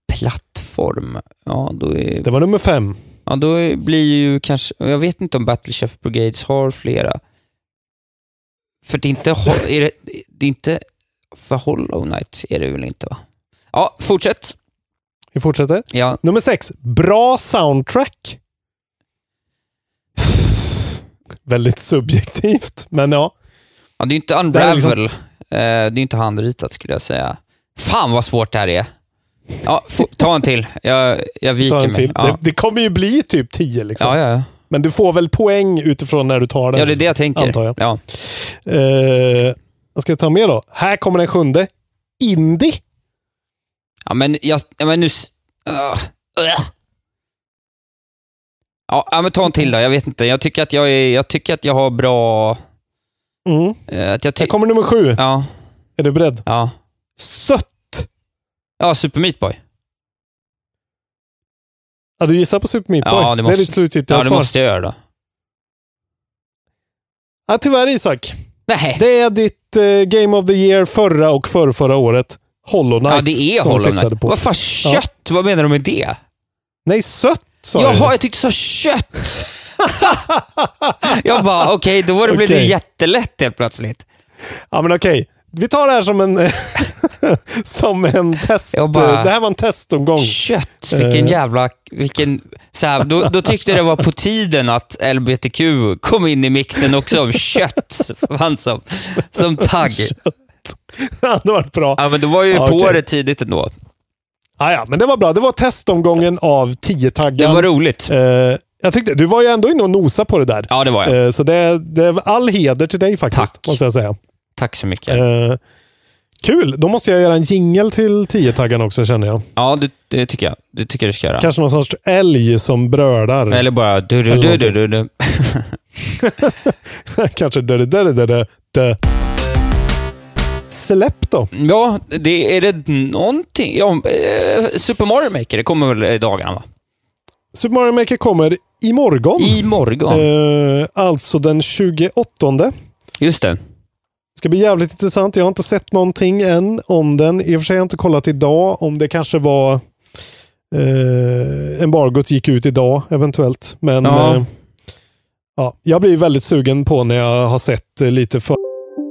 Ja, då är... Det
var nummer 5.
Ja, då blir ju kanske... Jag vet inte om Battle Chef Brigades har flera. För det är inte... det är inte... För Hollow Knight är det väl inte, va? Ja, fortsätt.
Vi fortsätter.
Ja.
Nummer 6. Bra soundtrack. Väldigt subjektivt, men ja.
Ja, det är inte Unravel. Det är inte handritat, skulle jag säga. Fan vad svårt det här är. Ja, ta en till. Jag viker mig. Ja.
Det kommer ju bli typ 10 liksom.
Ja.
Men du får väl poäng utifrån när du tar den.
Ja, det är det jag tänker.
Antar jag.
Ja.
Vad ska jag ta med då? Här kommer den 7. Indie.
Ja, men nu... Ja, men ta en till då. Jag vet inte. Jag tycker att jag har bra...
Här kommer nummer 7.
Ja.
Är du beredd?
Ja.
Sött.
Ja, Super Meat Boy.
Ja, du gissar på Super Meat Boy.
Ja, det är ditt
slutgiltiga
svar. Ja, det måste jag göra då.
Ja, tyvärr Isak.
Nej.
Det är ditt Game of the Year förra och förra året. Hollow Knight.
Ja, det är Hollow Knight. Vad fan, kött? Ja. Vad menar du med det?
Nej, sött sa
Jaha, jag tyckte så kött. Jag bara, okej, då blev det jättelätt helt plötsligt.
Ja, men okej. Vi tar det här som en test. Det här var en testomgång.
Kött, vilken så här, då tyckte jag det var på tiden att LBTQ kom in i mixen också om kött fanns som tagg.
Ja, det var bra.
Ja, men det var ju på det tidigt ändå.
Ja, men det var bra. Det var testomgången av 10 taggar.
Det var roligt.
Jag tyckte, du var ju ändå inne och nosa på det där.
Ja, det var jag.
Så det är all heder till dig faktiskt.
Tack.
Måste jag säga.
Tack så mycket.
Kul. Då måste jag göra en jingle till 10-taggarna också, känner jag.
Ja, det tycker jag. Det tycker jag du ska göra.
Kanske någon sorts älg som brölar.
Eller bara du.
Kanske du. Släpp då.
Ja, är det någonting. Ja, Super Mario Maker, det kommer väl i dagarna, va?
Super Mario Maker kommer imorgon. Alltså den 28.
Just det.
Ska bli jävligt intressant. Jag har inte sett någonting än om den. I och för sig har jag inte kollat idag om det kanske var embargot gick ut idag eventuellt. Men jag blir väldigt sugen på när jag har sett lite för...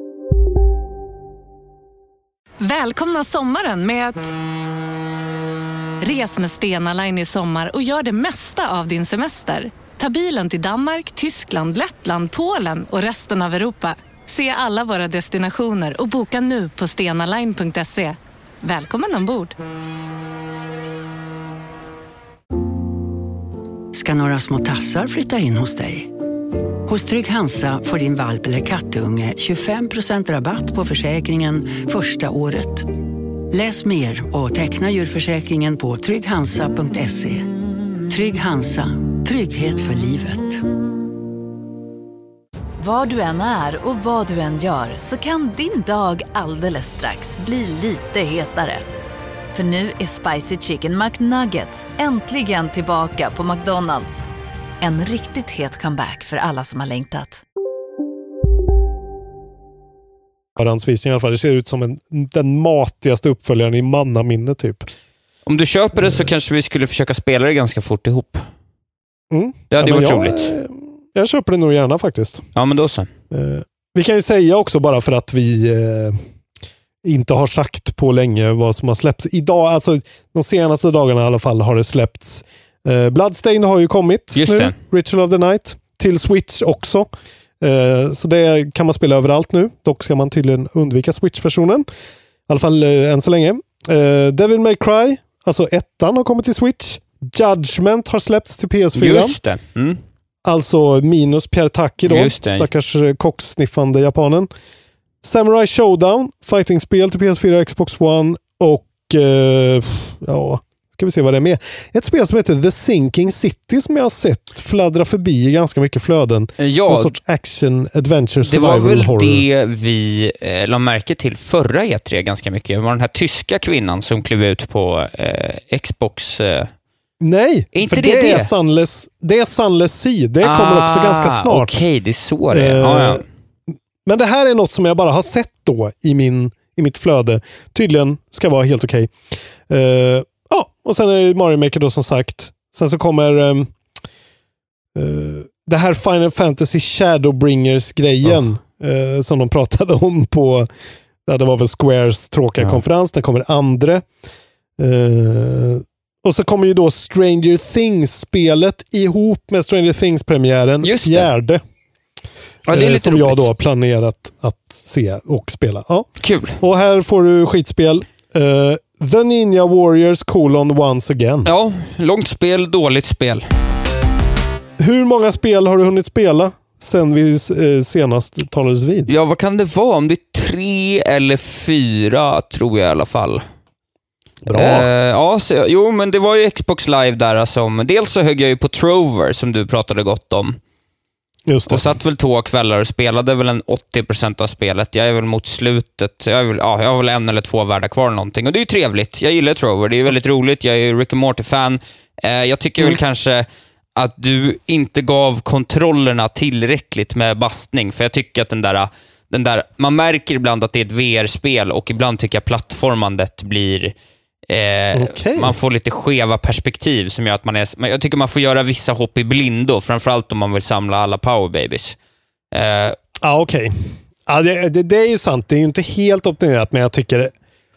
Välkomna sommaren med att... Res med Stena Line i sommar och gör det mesta av din semester. Ta bilen till Danmark, Tyskland, Lettland, Polen och resten av Europa. Se alla våra destinationer och boka nu på stenaline.se. Välkommen ombord!
Ska några små tassar flytta in hos dig? Hos Trygg Hansa får din valp eller kattunge 25% rabatt på försäkringen första året. Läs mer och teckna djurförsäkringen på trygghansa.se. Trygg Hansa, trygghet för livet.
Var du än är och vad du än gör så kan din dag alldeles strax bli lite hetare. För nu är Spicy Chicken McNuggets äntligen tillbaka på McDonald's. En riktigt het comeback för alla som har längtat.
Förhandsvisning i alla fall. Det ser ut som den matigaste uppföljaren i mannaminne typ.
Om du köper det så kanske vi skulle försöka spela det ganska fort ihop. Det hade ju varit roligt.
Jag köper det nog gärna faktiskt.
Ja, men då så.
Vi kan ju säga också bara för att vi inte har sagt på länge vad som har släppts. Idag, alltså de senaste dagarna i alla fall, har det släppts. Bloodstained har ju kommit nu. Ritual of the Night. Till Switch också. Så det kan man spela överallt nu. Dock ska man tydligen undvika Switch-versionen. I alla fall än så länge. Devil May Cry, alltså ettan, har kommit till Switch. Judgment har släppts till PS4.
Just det.
Alltså minus Pierre Taki då. Stackars kocksniffande japanen. Samurai Showdown, fighting-spel till PS4 och Xbox One. Och ska vi se vad det är med. Ett spel som heter The Sinking City som jag har sett fladdra förbi i ganska mycket flöden.
Ja,
någon sorts action, adventure, survival, horror.
Det var väl det vi la märke till förra E3 ganska mycket. Det var den här tyska kvinnan som klev ut på Xbox.
Nej,
inte
för det är Sunless. Det är Sunless Sea. Det kommer också ganska snart.
Okej, det är så det är. Ja.
Men det här är något som jag bara har sett då i mitt flöde. Tydligen ska vara helt okej. Och sen är det Mario Maker då som sagt. Sen så kommer det här Final Fantasy Shadowbringers-grejen som de pratade om på, det var väl Squares tråkiga konferens. Den kommer andra. Och så kommer ju då Stranger Things-spelet ihop med Stranger Things-premiären fjärde.
Ja, det är lite
som
roligt.
jag då har planerat att se och spela. Ja.
Kul.
Och här får du skitspel. The Ninja Warriors : Once Again.
Ja, långt spel, dåligt spel.
Hur många spel har du hunnit spela sen vi senast talades vid?
Ja, vad kan det vara? Om det är 3 eller 4 tror jag i alla fall.
Bra.
Jo, men det var ju Xbox Live där som... Dels så högg jag ju på Trover som du pratade gott om.
Just det.
Och satt väl 2 kvällar och spelade väl en 80% av spelet. Jag är väl mot slutet. Jag har väl 1 eller 2 världar kvar någonting. Och det är ju trevligt. Jag gillar Trover. Det är väldigt roligt. Jag är Rick and Morty-fan. Jag tycker väl kanske att du inte gav kontrollerna tillräckligt med bastning. För jag tycker att den där man märker ibland att det är ett VR-spel och ibland tycker jag plattformandet blir... Man får lite skeva perspektiv som gör att jag tycker man får göra vissa hopp i blindo, framförallt om man vill samla alla Power Babies.
Okej. Ja, det är ju sant. Det är ju inte helt optimerat, men jag tycker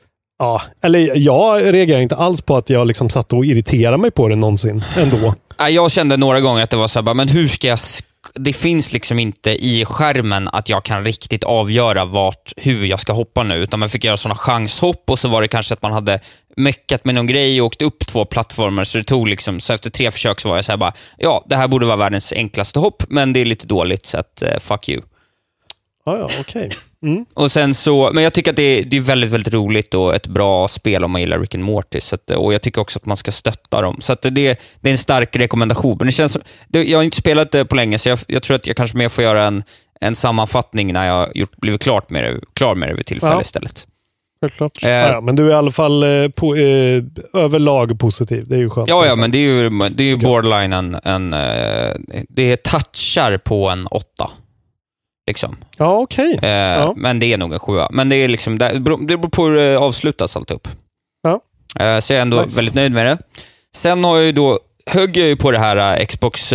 jag reagerar inte alls på att jag liksom satt och irriterade mig på det någonsin ändå.
Jag kände några gånger att det var så här, men hur ska jag... Det finns liksom inte i skärmen att jag kan riktigt avgöra hur jag ska hoppa nu, utan man fick göra sådana chanshopp och så var det kanske att man hade meckat med någon grej och åkt upp 2 plattformar, så det tog liksom, så efter 3 försök så var jag så här bara, det här borde vara världens enklaste hopp, men det är lite dåligt så att fuck you.
Okej.
Och sen så, men jag tycker att det är väldigt, väldigt roligt och ett bra spel om man gillar Rick and Morty, så att, och jag tycker också att man ska stötta dem, så att det är en stark rekommendation. Men det känns som, jag har inte spelat det på länge, så jag tror att jag kanske mer får göra en sammanfattning när jag blivit klar med det vid tillfälle istället.
Självklart. Men du är i alla fall överlag positiv. Det är ju skönt.
Ja, men det är ju borderline det touchar på en 8. Liksom.
Ja, okej.
Men det är nog en 7. Men det är liksom, det beror på hur det avslutas alltihop.
Ja.
Så jag är ändå väldigt nöjd med det. Sen har jag högg jag ju på det här Xbox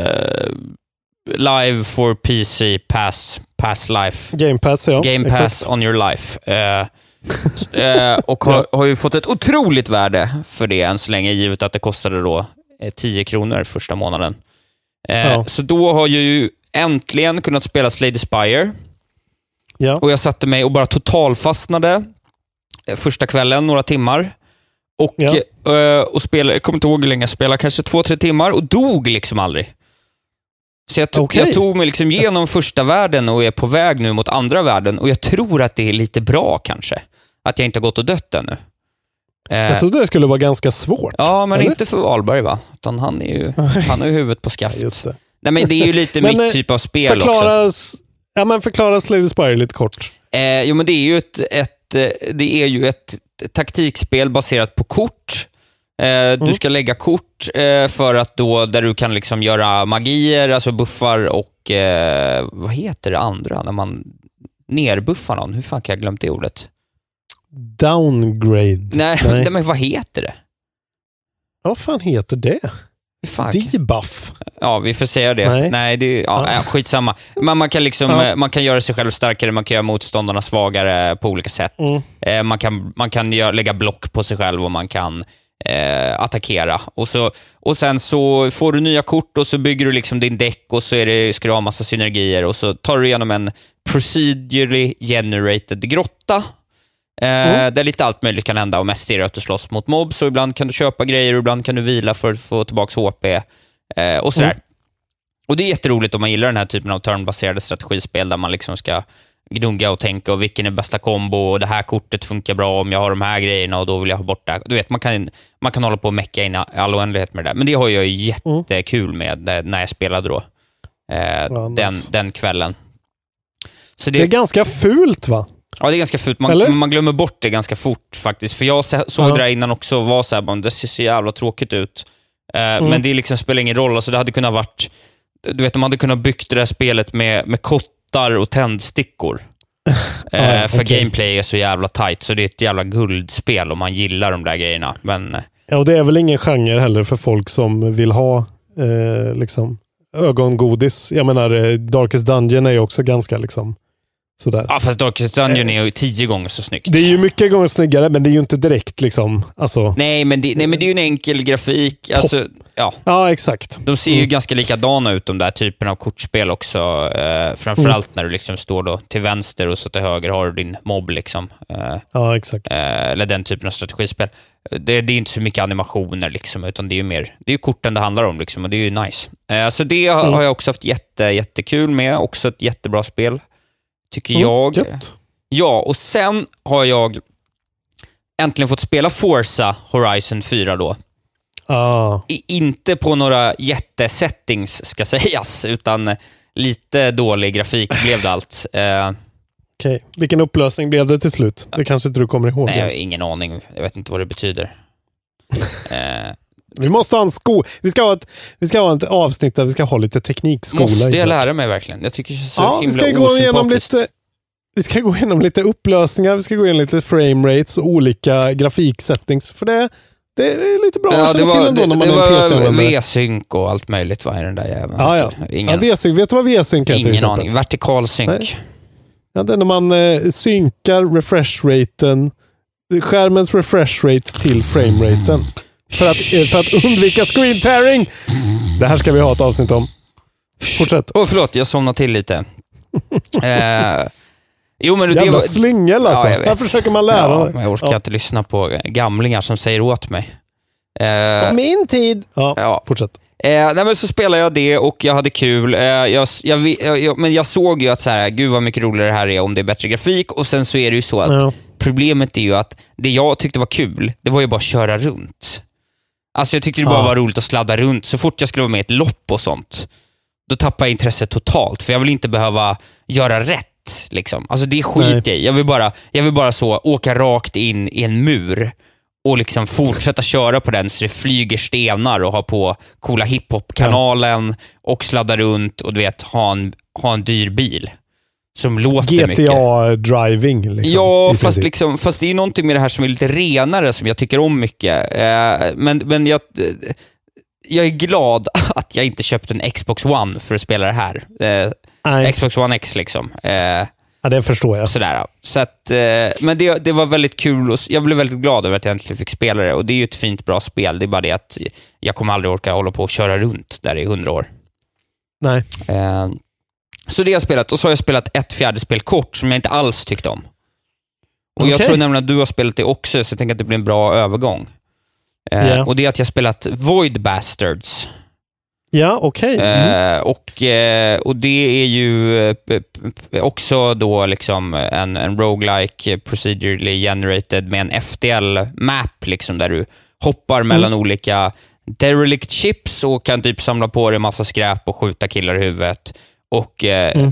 Live for PC Pass Life.
Game Pass, ja.
Game Pass exakt. On your life. Och har ju fått ett otroligt värde för det än så länge, givet att det kostade då 10 kronor första månaden. Så då har jag ju äntligen kunnat spela Slay the Spire. Ja. Och jag satte mig och bara totalfastnade första kvällen, några timmar. Och spelade, jag kommer inte ihåg hur länge jag spelade, kanske 2-3 timmar och dog liksom aldrig. Så jag tog mig liksom genom första världen och är på väg nu mot andra världen, och jag tror att det är lite bra kanske. Att jag inte har gått och dött ännu.
Jag trodde det skulle vara ganska svårt.
Ja, men inte för Wahlberg, va? Utan han har ju huvudet på skaft. Just det. Nej, men det är ju lite mitt typ av spel också.
Ja, men förklara Slay the Spire lite kort.
Jo, men det är ju ett taktikspel baserat på kort. Du ska lägga kort för att då, där du kan liksom göra magier, alltså buffar och vad heter det andra när man nerbuffar någon? Hur fan kan jag glömt det ordet?
Downgrade.
Nej. Men vad heter det?
Vad fan heter det? Debuff?
Ja, vi får säga det. Nej det skitsamma. Men man kan liksom man kan göra sig själv starkare, man kan göra motståndarna svagare på olika sätt. Man kan lägga block på sig själv och man kan attackera. Och sen så får du nya kort och så bygger du liksom din deck och så ska du ha massa synergier och så tar du igenom en procedurally generated grotta. Där lite allt möjligt kan hända och mest är det att du slåss mot mobs och ibland kan du köpa grejer och ibland kan du vila för att få tillbaka HP och sådär. Och det är jätteroligt om man gillar den här typen av turnbaserade strategispel där man liksom ska gnugga och tänka och vilken är bästa kombo och det här kortet funkar bra om jag har de här grejerna och då vill jag ha bort det. Du vet, man kan hålla på och mecka in all oändlighet med det där. Men det har jag jättekul med när jag spelade då. Den kvällen. Så det är ganska fult, va? Ja, det är ganska fult. Man glömmer bort det ganska fort faktiskt. För jag såg det där innan också och var så här, det ser så jävla tråkigt ut. Men det liksom spelar ingen roll. Alltså, det hade kunnat varit, du vet, de hade kunnat byggt det där spelet med kottar och tändstickor. För gameplay är så jävla tight. Så det är ett jävla guldspel om man gillar de där grejerna. Men ja, och det är väl ingen genre heller för folk som vill ha liksom ögongodis. Jag menar, Darkest Dungeon är ju också ganska liksom sådär. Ja, fast Darkest Dungeon är ju 10 gånger så snyggt. Det är ju mycket gånger snyggare, men det är ju inte direkt liksom, alltså. Nej, men det är ju en enkel grafik. Alltså, ja, exakt. De ser ju ganska likadana ut, de där typen av kortspel också. Framförallt när du liksom står då till vänster och så till höger har du din mobb liksom. Ja, exakt. Eller den typen av strategispel. Det är inte så mycket animationer liksom, utan det är ju mer, det är ju korten det handlar om liksom, och det är ju nice. Så det har jag också haft jättekul med. Också ett jättebra spel, tycker jag. Gött. Ja, och sen har jag äntligen fått spela Forza Horizon 4 då. Inte på några jättesettings ska sägas, utan lite dålig grafik blev det allt. Okej. Vilken upplösning blev det till slut? Det kanske inte du kommer ihåg. Nej, jag har ingen aning. Jag vet inte vad det betyder. Vi måste ha en vi ska ha ett avsnitt där vi ska ha lite teknikskola. Måste jag lära mig verkligen? Jag tycker det är så himla osympatiskt. Vi ska gå igenom lite upplösningar, vi ska gå igenom lite frame rates och olika grafiksettings, för det är lite bra att känna till ändå när man är en PC-användare. V-sync och allt möjligt var i den där jäveln. V-sync, vet du vad V-sync är? Ingen aning. Vertikal sync. Ja, det är när man synkar refresh-raten, skärmens refresh-rate till frame-raten. För att undvika screen tearing. Det här ska vi ha ett avsnitt om. Fortsätt. Förlåt, jag somnade till lite. Jo, men jävla slyngel alltså. Ja, här försöker man lära. Men jag orkar inte lyssna på gamlingar som säger åt mig. Min tid. Ja, fortsätt. Nej, men så spelade jag det och jag hade kul. Men jag såg ju att så här, gud vad mycket roligare det här är om det är bättre grafik. Och sen så är det ju så att problemet är ju att det jag tyckte var kul, det var ju bara att köra runt. Alltså jag tyckte det bara var roligt att sladda runt. Så fort jag skulle vara med i ett lopp och sånt, då tappade jag intresset totalt. För jag vill inte behöva göra rätt liksom. Alltså det är skit i. Jag vill bara så åka rakt in i en mur och liksom fortsätta köra på den så det flyger stenar och ha på coola hiphop-kanalen och sladda runt och du vet, ha en dyr bil som låter GTA mycket. GTA-driving liksom. Ja, fast det är någonting med det här som är lite renare som jag tycker om mycket. Men jag är glad att jag inte köpte en Xbox One för att spela det här. Xbox One X liksom. Ja, det förstår jag. Sådär. Så att, men det var väldigt kul och jag blev väldigt glad över att jag äntligen fick spela det. Och det är ju ett fint, bra spel. Det är bara det att jag kommer aldrig orka hålla på och köra runt där i 100 år. Nej. Så det har jag spelat. Och så har jag spelat ett fjärde spel kort som jag inte alls tyckte om. Och jag tror nämligen att du har spelat det också, så jag tänker att det blir en bra övergång. Och det är att jag har spelat Void Bastards. Ja, okej. Och det är ju också då liksom en roguelike procedurally generated med en FTL-map liksom, där du hoppar mellan olika derelict chips och kan typ samla på dig massa skräp och skjuta killar i huvudet. Och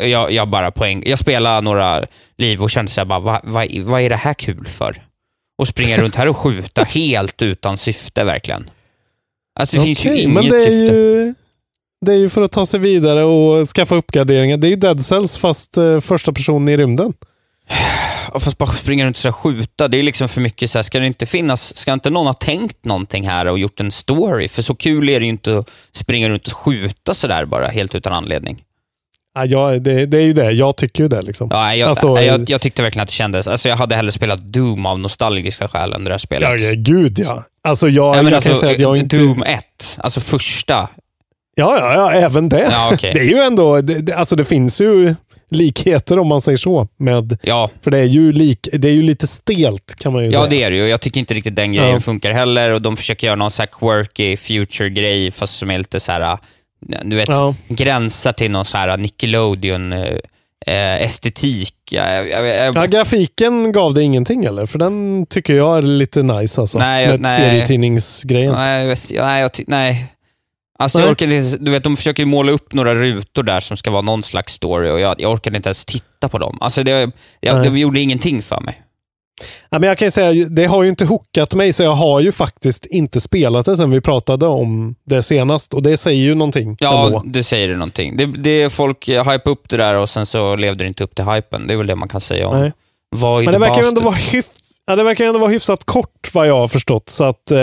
jag spelar några liv och kände så här, bara, vad är det här kul för? Och springa runt här och skjuta helt utan syfte verkligen. Alltså det finns ju inget syfte. Det är ju för att ta sig vidare och skaffa uppgraderingar. Det är ju Dead Cells fast första person i rymden. fast bara springa runt och skjuta, det är liksom för mycket så här, ska inte någon ha tänkt någonting här och gjort en story? För så kul är det ju inte att springa runt och skjuta så där bara helt utan anledning.
Ja, det är ju det. Jag tycker ju det liksom.
Ja, jag tyckte verkligen att det kändes. Alltså jag hade hellre spelat Doom av nostalgiska skäl än det där spelet.
Ja, gud ja. Alltså jag kan säga att jag inte...
Doom 1, alltså första.
Ja, även det.
Ja, okay.
Det är ju ändå, alltså det finns ju likheter om man säger så. För det är ju lite stelt kan man ju säga.
Ja, det är det ju. Jag tycker inte riktigt den grejen funkar heller. Och de försöker göra någon så här quirky future-grej fast som är lite så här, du vet, gränsar till någon så här Nickelodeon estetik.
Grafiken gav det ingenting eller? För den tycker jag är lite nice alltså. Med serietidningsgrejen.
Nej. Alltså jag orkar inte, du vet, de försöker måla upp några rutor där som ska vara någon slags story och jag orkar inte ens titta på dem. Alltså det gjorde ingenting för mig.
Ja, men jag kan ju säga, det har ju inte hookat mig, så jag har ju faktiskt inte spelat det sen vi pratade om det senast, och det säger ju någonting.
Ja,
ändå.
det säger det någonting. Det folk hype upp det där och sen så levde det inte upp till hypen. Det är väl det man kan säga om.
Nej. Men det verkar ju ändå vara hyfsat kort vad jag har förstått, så att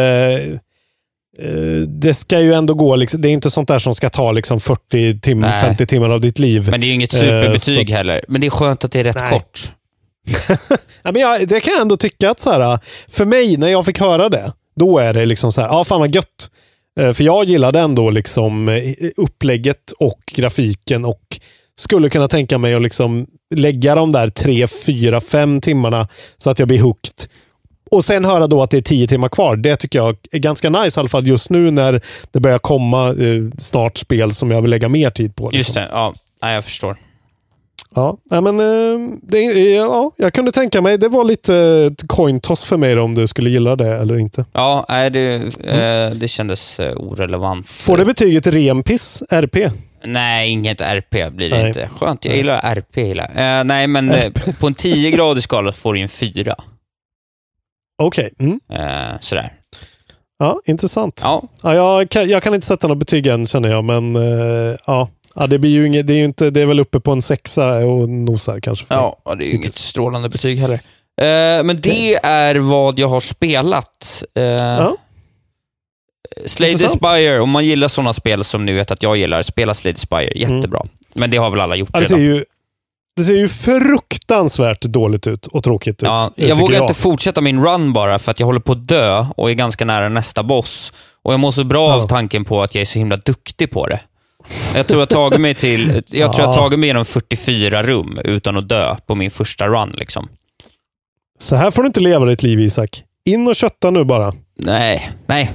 det ska ju ändå gå liksom, det är inte sånt där som ska ta liksom 50 timmar av ditt liv.
Men det är ju inget superbetyg heller. Men det är skönt att det är rätt kort.
Ja, men det kan jag ändå tycka att så här, för mig när jag fick höra det, då är det liksom så här, fan vad gött. För jag gillade ändå liksom upplägget och grafiken och skulle kunna tänka mig att liksom lägga de där 3, 4, 5 timmarna så att jag blir hooked. Och sen höra då att det är 10 timmar kvar. Det tycker jag är ganska nice i alla fall just nu när det börjar komma snart spel som jag vill lägga mer tid på. Liksom.
Just det, ja, jag förstår.
Ja, men jag kunde tänka mig, det var lite coin toss för mig då, om du skulle gilla det eller inte.
Ja, det kändes orelevant.
Får det betyget renpiss, RP?
Nej, inget RP blir det inte. Skönt, jag gillar RP. Nej, men på en 10-gradig skala får du en 4.
Okej.
Sådär.
Ja, intressant.
Ja.
Jag kan inte sätta något betyg än, känner jag, men det blir ju inget, det är ju inte, det är väl uppe på en 6 och nosar kanske.
Ja, det är ju inget strålande betyg heller. Men det är vad jag har spelat. Slay Spire, om man gillar sådana spel som ni vet att jag gillar, spela Slay Spire, jättebra. Men det har väl alla gjort redan.
Det ser ju fruktansvärt dåligt ut och tråkigt ut.
Jag vågar inte fortsätta min run bara för att jag håller på att dö och är ganska nära nästa boss. Och jag mår så bra av tanken på att jag är så himla duktig på det. Jag tror jag tagit mig till tagit mig genom 44 rum utan att dö på min första run liksom.
Så här får du inte leva ditt liv, Isak. In och kötta nu bara.
Nej.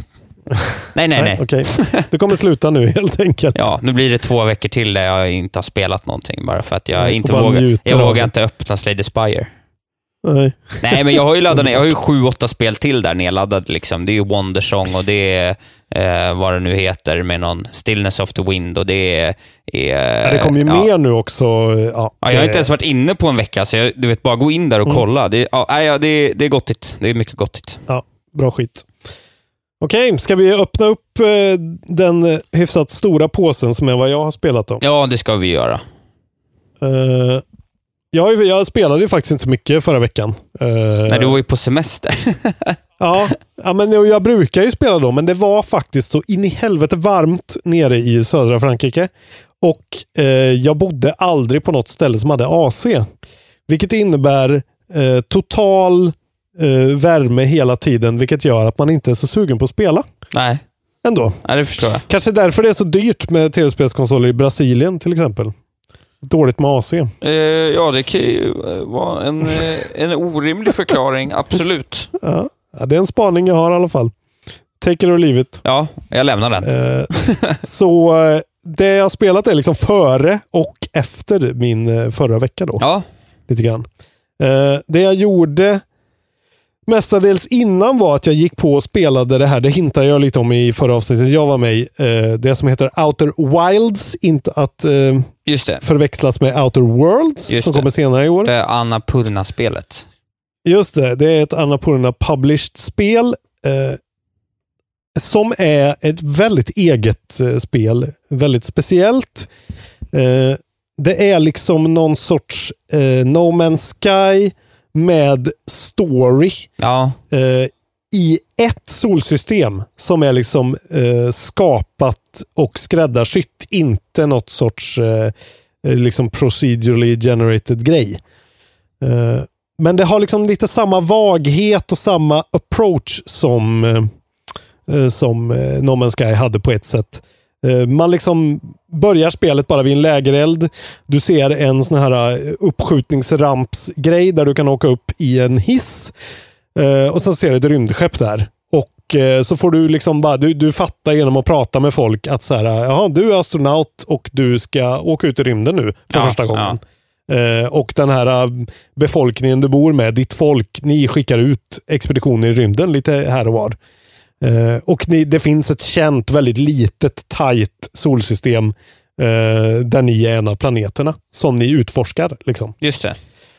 Okej. Det kommer sluta nu helt enkelt.
Ja, nu blir det 2 veckor till där jag inte har spelat någonting bara för att jag inte vågar inte öppna Slay the Spire. Nej, men jag har ju laddat ner. Jag har ju 7-8 spel till där nedladdade liksom. Det är ju Wondersong och det är vad det nu heter med någon Stillness of the Wind och det är
det kommer ju mer nu också.
Jag har inte ens varit inne på en vecka så du vet, bara gå in där och kolla. Det är gottigt. Det är mycket gottigt.
Ja, bra skit. Okej, ska vi öppna upp den hyfsat stora påsen som är vad jag har spelat om?
Ja, det ska vi göra.
Jag spelade ju faktiskt inte så mycket förra veckan.
Nej, du var ju på semester.
ja, men jag brukar ju spela då, men det var faktiskt så in i helvete varmt nere i södra Frankrike. Och jag bodde aldrig på något ställe som hade AC. Vilket innebär total värme hela tiden, vilket gör att man inte är så sugen på att spela.
Nej.
Ändå.
Nej, det förstår jag.
Kanske därför det är så dyrt med tv-spelskonsoler i Brasilien till exempel. Dåligt med AC.
Ja, det kan ju vara en orimlig förklaring, absolut.
Ja, det är en spaning jag har i alla fall. Take it or leave it.
Ja, jag lämnar den.
Så det jag har spelat är liksom före och efter min förra vecka då.
Ja. Lite
grann. Det jag gjorde mestadels innan var att jag gick på och spelade det här. Det hintade jag lite om i förra avsnittet. Jag var med i det som heter Outer Wilds. Inte att förväxlas med Outer Worlds som kommer senare i år.
Det är Annapurna-spelet.
Just det är ett Annapurna published spel som är ett väldigt eget spel. Väldigt speciellt. Det är liksom någon sorts No Man's Sky med story i ett solsystem som är liksom skapat och skräddarsytt, inte något sorts liksom procedurally generated grej. Men det har liksom lite samma vaghet och samma approach som No Man's Sky hade på ett sätt. Man liksom börjar spelet bara vid en lägereld. Du ser en sån här uppskjutningsrampsgrej där du kan åka upp i en hiss. Och sen ser du ett rymdskepp där. Och så får du liksom bara, du fattar genom att prata med folk att så här, jaha, du är astronaut och du ska åka ut i rymden nu för första gången. Och den här befolkningen du bor med, ditt folk, ni skickar ut expeditioner i rymden lite här och var. Och det finns ett känt, väldigt litet, tajt solsystem där ni är en av planeterna som ni utforskar. Liksom.
Just det.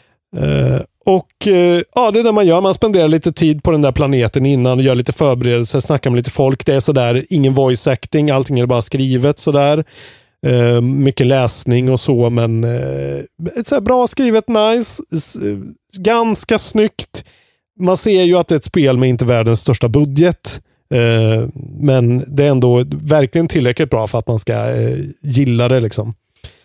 Och ja, det är det man gör. Man spenderar lite tid på den där planeten innan och gör lite förberedelser, snackar med lite folk. Det är sådär, ingen voice acting, allting är bara skrivet sådär. Mycket läsning och så, men så här, bra skrivet, nice, ganska snyggt. Man ser ju att det är ett spel med inte världens största budget, men det är ändå verkligen tillräckligt bra för att man ska gilla det liksom.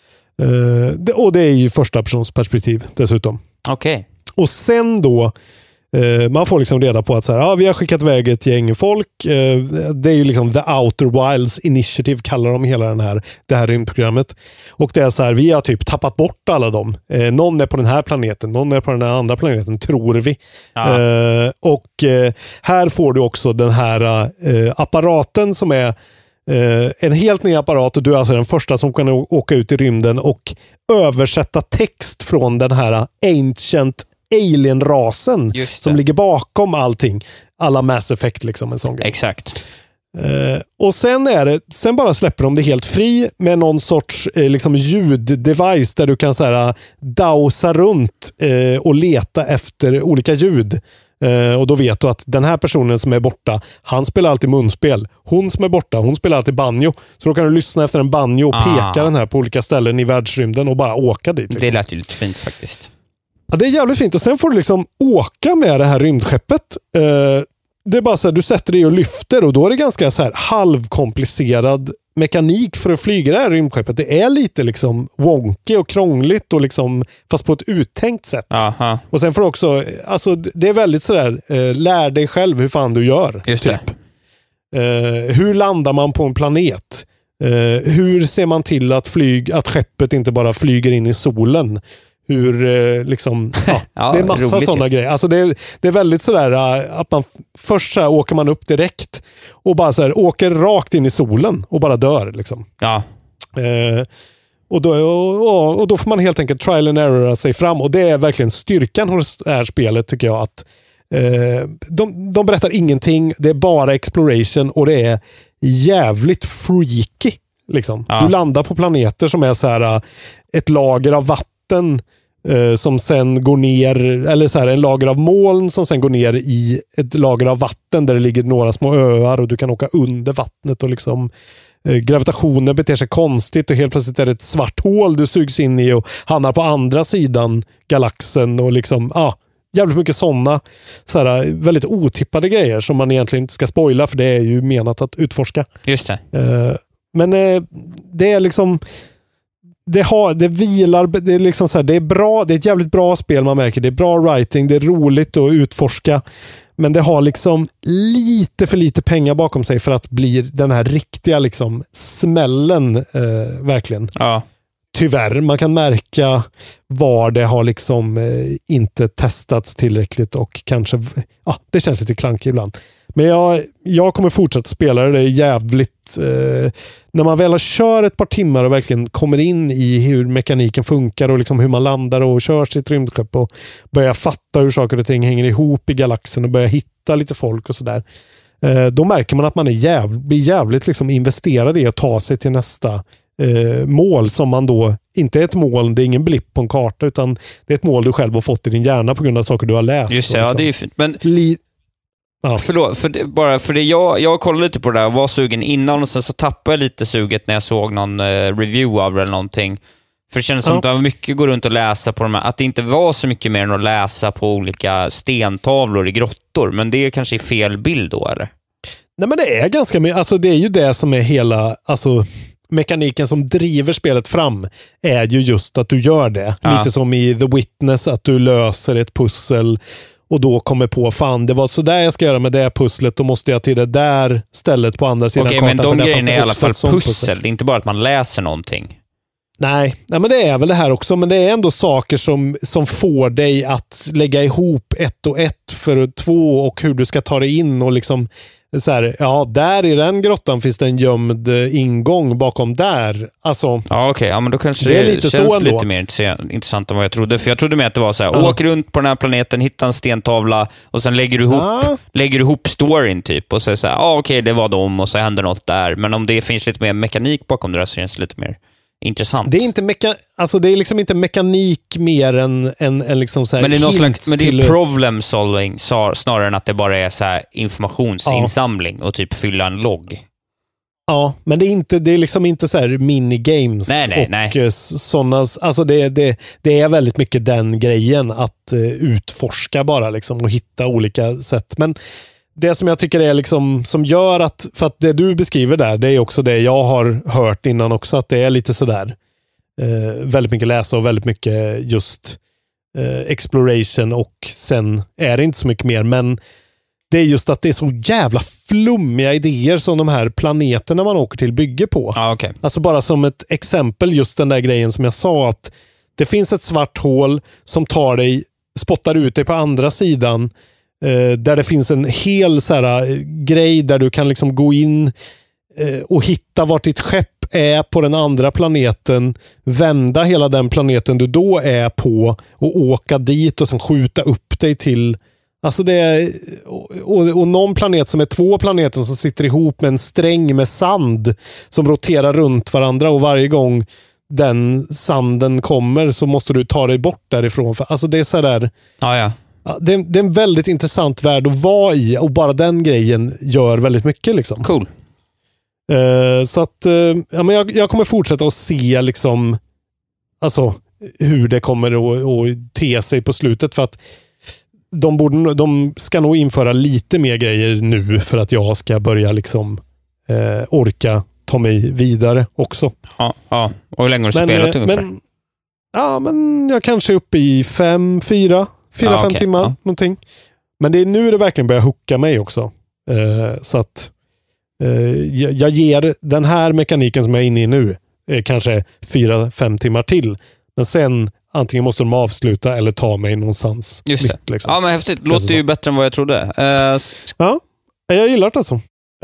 Och det är ju första persons perspektiv dessutom.
Okej.
Och sen då man får liksom reda på att så här, vi har skickat iväg ett gäng folk. Det är ju liksom The Outer Wilds Initiative kallar de hela det här rymdprogrammet. Och det är så här, vi har typ tappat bort alla dem. Någon är på den här planeten, någon är på den här andra planeten, tror vi. Och här får du också den här apparaten som är en helt ny apparat, och du är alltså den första som kan åka ut i rymden och översätta text från den här ancient alien-rasen som ligger bakom allting. Alla Mass Effect liksom, en sån grej.
Exakt.
Och sen bara släpper de det helt fri med någon sorts liksom ljuddevice där du kan så här dausa runt och leta efter olika ljud. Och då vet du att den här personen som är borta, han spelar alltid munspel. Hon som är borta, hon spelar alltid banjo. Så då kan du lyssna efter en banjo och peka den här på olika ställen i världsrymden och bara åka dit. Liksom.
Det lät ju lite fint faktiskt.
Ja, det är jävligt fint. Och sen får du liksom åka med det här rymdskeppet. Det är bara så här, du sätter dig och lyfter, och då är det ganska så här halvkomplicerad mekanik för att flyga det här rymdskeppet. Det är lite liksom wonky och krångligt och liksom, fast på ett uttänkt sätt.
Aha.
Och sen får du också, alltså det är väldigt sådär, lär dig själv hur fan du gör.
Just
typ. Hur landar man på en planet? Hur ser man till att skeppet inte bara flyger in i solen? Hur liksom, ja, det är massa sådana grejer. Alltså det är väldigt sådär att man först så här, åker man upp direkt och bara så här, åker rakt in i solen och bara dör liksom.
Ja.
Och då får man helt enkelt trial and error sig fram, och det är verkligen styrkan hos det här spelet, tycker jag, att de berättar ingenting, det är bara exploration, och det är jävligt freaky liksom. Ja. Du landar på planeter som är så här ett lager av vatten som sen går ner, eller så här en lager av moln som sen går ner i ett lager av vatten där det ligger några små öar och du kan åka under vattnet, och liksom gravitationen beter sig konstigt och helt plötsligt är det ett svart hål du sugs in i och hamnar på andra sidan galaxen, och liksom jävligt mycket sådana så här väldigt otippade grejer som man egentligen inte ska spoila, för det är ju menat att utforska.
Just det.
Men det är liksom det vilar, det är liksom så här, det är bra, det är ett jävligt bra spel, man märker, det är bra writing, det är roligt att utforska, men det har liksom lite för lite pengar bakom sig för att bli den här riktiga liksom smällen, verkligen.
Ja.
Tyvärr, man kan märka var det har liksom inte testats tillräckligt, och kanske det känns lite klankigt ibland. Men jag kommer fortsätta spela det. Det är jävligt när man väl har kört ett par timmar och verkligen kommer in i hur mekaniken funkar och liksom hur man landar och kör sitt rymdskepp och börjar fatta hur saker och ting hänger ihop i galaxen och börjar hitta lite folk och sådär. Då märker man att man blir jävligt liksom investerad i att ta sig till nästa mål, som man då inte är ett mål, det är ingen blipp på en karta, utan det är ett mål du själv har fått i din hjärna på grund av saker du har läst.
Just det,
liksom.
ja, det är ju fint. Men förlåt, för det jag kollade lite på det där och var sugen innan, och sen så tappade jag lite suget när jag såg någon review av det eller någonting. För det känns som att det var mycket gå runt och läsa på de här, att det inte var så mycket mer än att läsa på olika stentavlor i grottor, men det är kanske i fel bild då, eller?
Nej, men det är ganska mycket, alltså det är ju det som är hela, alltså mekaniken som driver spelet fram är ju just att du gör det. Ja. Lite som i The Witness, att du löser ett pussel och då kommer på, fan, det var så där jag ska göra med det pusslet, då måste jag till det där stället på andra sidan kartan.
Okej, men de grejerna är i alla fall pussel. Det är inte bara att man läser någonting.
Nej, men det är väl det här också, men det är ändå saker som får dig att lägga ihop 1 och 1 för 2 och hur du ska ta dig in och liksom så här, ja, där i den grottan finns det en gömd ingång bakom där. Alltså,
ja, okej. Ja, men då kanske det lite känns lite mer intressant än vad jag trodde. För jag trodde med att det var så här, åk runt på den här planeten, hitta en stentavla och sen lägger du ihop storyn typ och säger så här, okej, det var dem och så händer något där. Men om det finns lite mer mekanik bakom det där så känns det lite mer intressant.
Det är inte det är liksom inte mekanik mer än liksom så här.
Men det är något slags, men det är problem solving snarare än att det bara är så här informationsinsamling och typ fylla en logg.
Ja, men det är liksom inte så här minigames och sådana, alltså det är väldigt mycket den grejen att utforska bara liksom och hitta olika sätt. Men det som jag tycker är liksom som gör att, för att det du beskriver där, det är också det jag har hört innan också, att det är lite sådär väldigt mycket läsa och väldigt mycket just exploration och sen är det inte så mycket mer, men det är just att det är så jävla flummiga idéer som de här planeterna man åker till bygger på.
Okay.
Alltså bara som ett exempel, just den där grejen som jag sa, att det finns ett svart hål som spottar ut dig på andra sidan, där det finns en hel så här grej där du kan liksom gå in och hitta vart ditt skepp är på den andra planeten, vända hela den planeten du då är på och åka dit och sen skjuta upp dig till, alltså det är och någon planet som är 2 planeter som sitter ihop med en sträng med sand som roterar runt varandra och varje gång den sanden kommer så måste du ta dig bort därifrån, för alltså det är så där.
Ja.
Det är en väldigt intressant värld att vara i och bara den grejen gör väldigt mycket liksom.
Cool.
Så att men jag kommer fortsätta att se liksom, alltså hur det kommer att te sig på slutet, för att de ska nog införa lite mer grejer nu för att jag ska börja liksom orka ta mig vidare också.
Ja. Och hur länge har du spelat ungefär?
Men jag kanske är uppe i 4-5 timmar någonting. Men nu är det verkligen börjar hooka mig också. Så att jag ger den här mekaniken som jag är inne i nu kanske 4-5 timmar till. Men sen antingen måste de avsluta eller ta mig någonstans.
Just det.
Nytt, liksom.
Ja, men häftigt. Låter ju bättre än vad jag trodde.
Ja, jag gillar det alltså.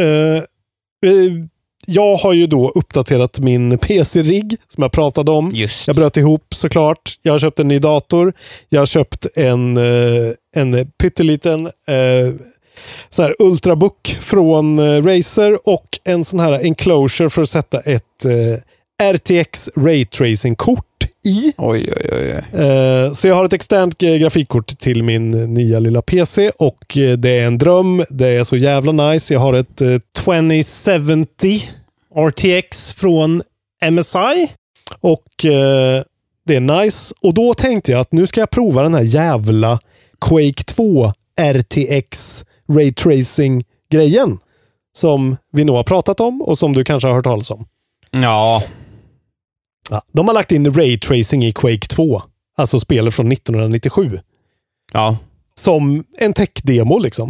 Jag har ju då uppdaterat min PC-rigg som jag pratade om.
Just.
Jag bröt ihop såklart. Jag har köpt en ny dator. Jag har köpt en pytteliten så här ultrabook från Razer och en sån här enclosure för att sätta ett RTX Raytracing-kort i.
Oj.
Så jag har ett externt grafikkort till min nya lilla PC och det är en dröm. Det är så jävla nice. Jag har ett 2070 RTX från MSI och det är nice. Och då tänkte jag att nu ska jag prova den här jävla Quake 2 RTX Raytracing-grejen som vi nog har pratat om och som du kanske har hört talas om.
Ja,
de har lagt in Raytracing i Quake 2. Alltså spelet från 1997.
Ja.
Som en tech-demo liksom.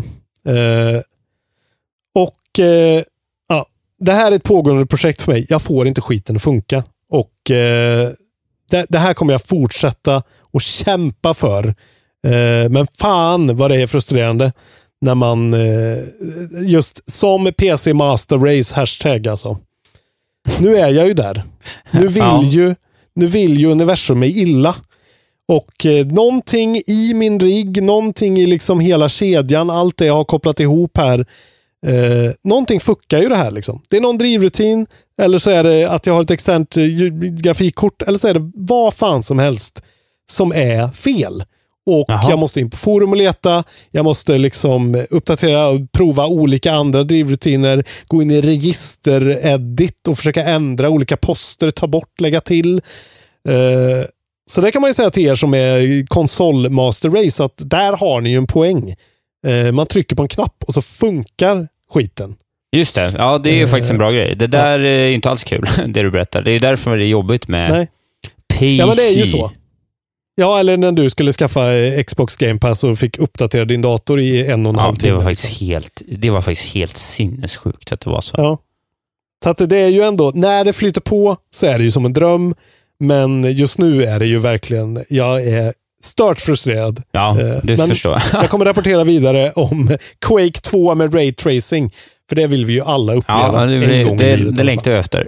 Det här är ett pågående projekt för mig. Jag får inte skiten att funka. Och det här kommer jag fortsätta att kämpa för. Men fan vad det är frustrerande när man just som PC Master Race hashtag alltså. Nu är jag ju där. Nu vill ju universum mig illa. Och någonting i min rigg, någonting i liksom hela kedjan, allt det jag har kopplat ihop här, någonting fuckar ju det här liksom. Det är någon drivrutin, eller så är det att jag har ett externt grafikkort, eller så är det vad fan som helst som är fel. Och jag måste in på forum och leta. Jag måste liksom uppdatera och prova olika andra drivrutiner. Gå in i register, edit och försöka ändra olika poster, ta bort, lägga till. Så det kan man ju säga till er som är konsol Master Race, att där har ni ju en poäng. Man trycker på en knapp och så funkar skiten.
Just det, ja det är ju faktiskt en bra grej. Det där är inte alls kul, det du berättar. Det är därför det är jobbigt med PC.
Ja, men det är ju så. Ja, eller när du skulle skaffa Xbox Game Pass och fick uppdatera din dator i 1,5 timme.
Det var faktiskt helt sinnessjukt att det var så.
Ja. Så att det är ju ändå, när det flyter på så är det ju som en dröm. Men just nu är det ju verkligen, jag är stört frustrerad.
Ja, det förstår jag.
Jag kommer rapportera vidare om Quake 2 med Ray Tracing. För det vill vi ju alla uppleva en gång i livet.
Det längtar jag efter.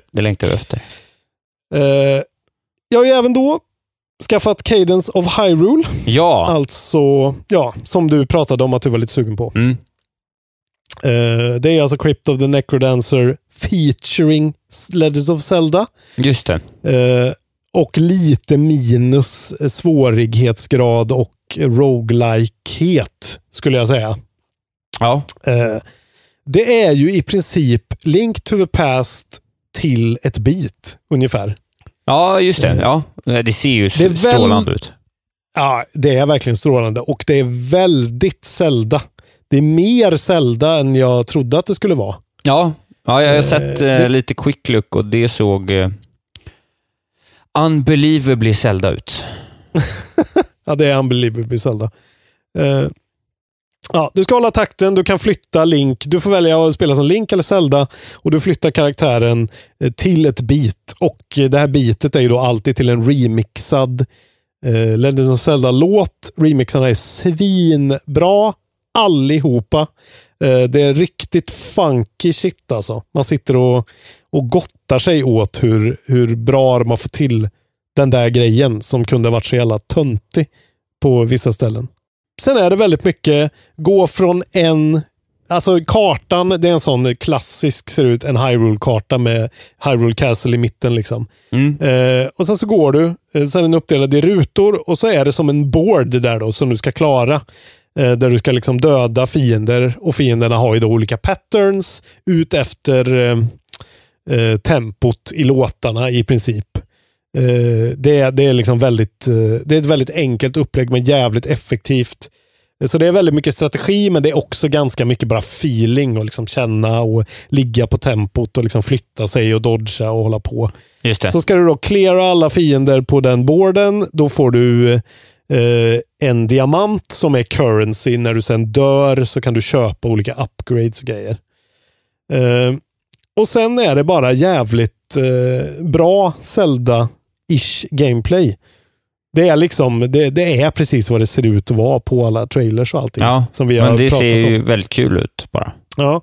Jag har ju även då skaffat Cadence of Hyrule.
Ja.
Alltså, som du pratade om att du var lite sugen på. Det är alltså Crypt of the Necrodancer featuring Legends of Zelda.
Just det.
Och lite minus svårighetsgrad och roguelikehet skulle jag säga.
Ja.
Det är ju i princip Link to the Past till ett bit ungefär.
Ja, just det. Ja, det ser ju strålande ut.
Ja, det är verkligen strålande och det är väldigt Zelda. Det är mer Zelda än jag trodde att det skulle vara.
Ja jag har sett lite quick look och det såg unbelievably Zelda ut.
Ja, det är unbelievably Zelda. Du ska hålla takten, du kan flytta Link. Du får välja att spela som Link eller Zelda och du flyttar karaktären till ett bit. Och det här bitet är ju då alltid till en remixad Legend of Zelda-låt. Remixarna är svinbra allihopa. Det är riktigt funky shit alltså. Man sitter och gottar sig åt hur bra man får till den där grejen som kunde ha varit så jävla töntig på vissa ställen. Sen är det väldigt mycket gå från alltså kartan, det är en sån klassisk, ser ut, en Hyrule-karta med Hyrule Castle i mitten liksom. Och sen så går du, så är den uppdelad i rutor och så är det som en board där då som du ska klara. Där du ska liksom döda fiender och fienderna har ju då olika patterns ut efter tempot i låtarna i princip. Det är liksom det är ett väldigt enkelt upplägg men jävligt effektivt. Så det är väldigt mycket strategi men det är också ganska mycket bara feeling och liksom känna och ligga på tempot och liksom flytta sig och dodga och hålla på.
Just det.
Så ska du då cleara alla fiender på den boarden, då får du en diamant som är currency. När du sen dör så kan du köpa olika upgrades och grejer. Och sen är det bara jävligt bra Zelda-ish gameplay. Det är liksom det är precis vad det ser ut att vara på alla trailers och allting.
Ja,
som vi har
men det
pratat
ser ju
om.
väldigt kul ut bara.
Ja.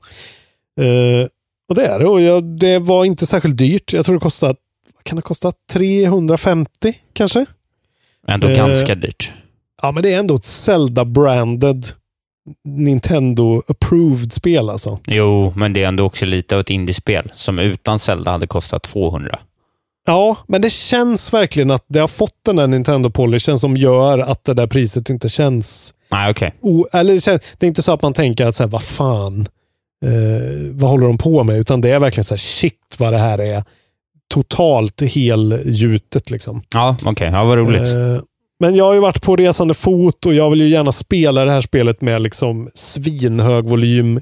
Och det är det. Och det var inte särskilt dyrt. Jag tror det kostat 350 kanske.
Ändå ganska dyrt.
Ja, men det är ändå ett Zelda-branded Nintendo-approved spel alltså.
Jo, men det är ändå också lite av ett indiespel som utan Zelda hade kostat 200.
Ja, men det känns verkligen att det har fått den där Nintendo-polishen som gör att det där priset inte känns...
Nej, okej.
Eller det är inte så att man tänker att så här, vad fan, vad håller de på med? Utan det är verkligen så här, shit vad det här är totalt helgjutet liksom.
Ja, okej. Ja, vad roligt.
Men jag har ju varit på resande fot och jag vill ju gärna spela det här spelet med liksom svinhög volym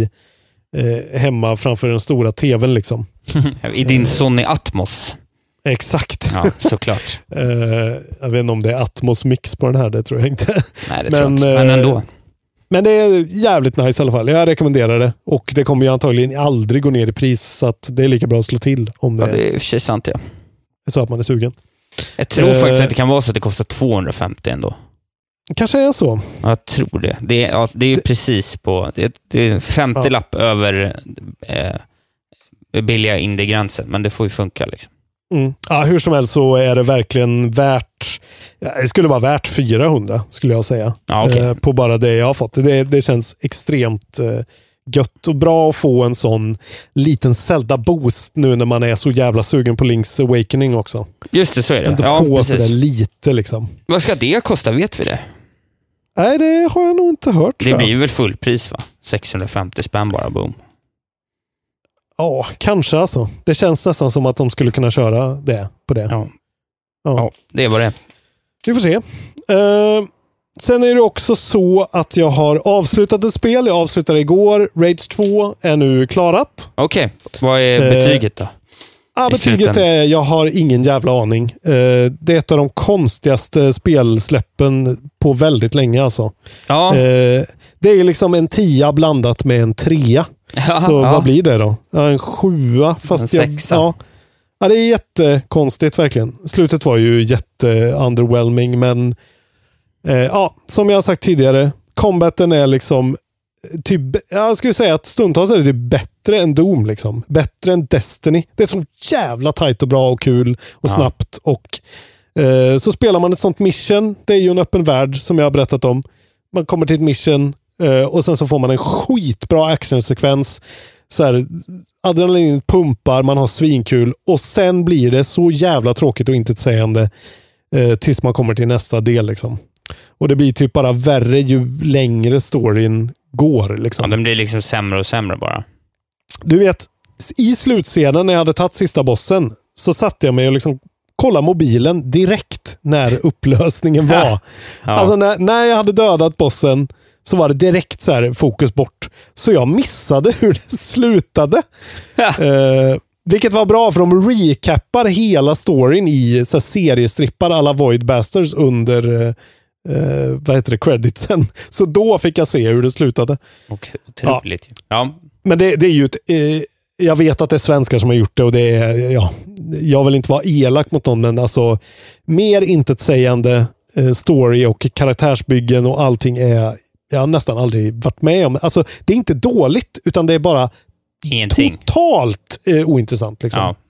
hemma framför den stora tvn liksom.
I din Sony Atmos.
Exakt.
Ja, såklart.
Jag vet inte om det är Atmos mix på den här, det tror jag inte.
Nej, det tror jag inte. Men ändå.
Men det är jävligt nice i alla fall. Jag rekommenderar det. Och det kommer ju antagligen aldrig gå ner i pris så att det är lika bra att slå till om det,
det är för sig sant, ja.
Så att man är sugen.
Jag tror faktiskt att det kan vara så att det kostar 250 ändå.
Kanske är så.
Jag tror det. Det är ju precis på... Det är 50-lapp över billiga indie-gränsen, men det får ju funka liksom.
Ja, hur som helst så är det verkligen värt... Det skulle vara värt 400 skulle jag säga.
Ja, okay.
På bara det jag har fått. Det känns extremt gött och bra att få en sån liten Zelda-boost nu när man är så jävla sugen på Link's Awakening också.
Just det, så är det.
Inte få sådär lite liksom.
Vad ska det kosta, vet vi det?
Nej, det har jag nog inte hört.
Det blir väl fullpris, va? 650 spänn bara, boom.
Ja, kanske alltså. Det känns nästan som att de skulle kunna köra det på det.
Ja. Ja, det var det.
Vi får se. Sen är det också så att jag har avslutat ett spel. Jag avslutade igår. Rage 2 är nu klarat.
Okej. Vad är betyget då?
Betyget är, jag har ingen jävla aning. Det är ett av de konstigaste spelsläppen på väldigt länge alltså. Ja. Det är liksom en 10 blandat med en 3. Så vad blir det då? En 7, fast
en 6.
Ja, det är jättekonstigt verkligen. Slutet var ju jätte-underwhelming, men som jag har sagt tidigare, combaten är liksom typ, jag skulle säga att stundtals är det bättre än Doom liksom. Bättre än Destiny. Det är så jävla tajt och bra och kul och snabbt. Och så spelar man ett sånt mission. Det är ju en öppen värld som jag har berättat om. Man kommer till ett mission och sen så får man en skitbra actionsekvens. Så här, adrenalin pumpar, man har svinkul och sen blir det så jävla tråkigt och intetsägande tills man kommer till nästa del liksom. Och det blir typ bara värre ju längre storyn går liksom.
Ja, den blir liksom sämre och sämre bara.
Du vet, i slutscenen när jag hade tagit sista bossen så satte jag mig och liksom kollade mobilen direkt när upplösningen var. Ja. Alltså när jag hade dödat bossen så var det direkt så här fokus bort. Så jag missade hur det slutade. Vilket var bra, för de recappar hela storyn i så här seriestrippar alla Void Bastards under vad heter det, creditsen. Så då fick jag se hur det slutade.
Otroligt. Ja.
Men det är ju jag vet att det är svenskar som har gjort det och det är, jag vill inte vara elak mot någon, men alltså mer intetsägande story och karaktärsbyggen och allting är jag har nästan aldrig varit med om. Alltså det är inte dåligt, utan det är bara
ingenting.
Totalt ointressant liksom.
Ja.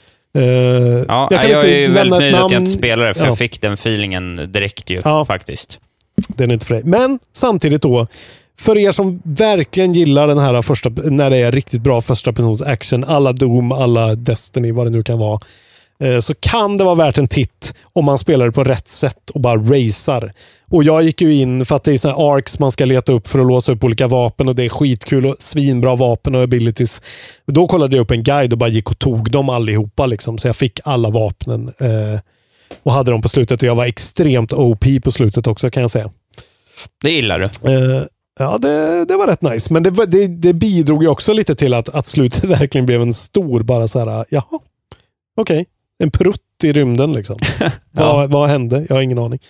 Jag är väldigt nöjd att jag inte spelar det, för jag fick den feelingen direkt ju faktiskt.
Den är inte för dig. Men samtidigt då, för er som verkligen gillar den här första, när det är riktigt bra första persons action, alla Doom, alla Destiny, vad det nu kan vara, så kan det vara värt en titt om man spelar det på rätt sätt och bara racear. Och jag gick ju in för att det är såna här arcs man ska leta upp för att låsa upp olika vapen och det är skitkul och svinbra vapen och abilities. Då kollade jag upp en guide och bara gick och tog dem allihopa liksom, så jag fick alla vapnen och hade dem på slutet, och jag var extremt OP på slutet också, kan jag säga.
Det gillar du.
Ja, det var rätt nice, men det bidrog ju också lite till att slutet verkligen blev en stor, bara så här, jaha, okej. En prutt i rymden liksom. Vad hände? Jag har ingen aning.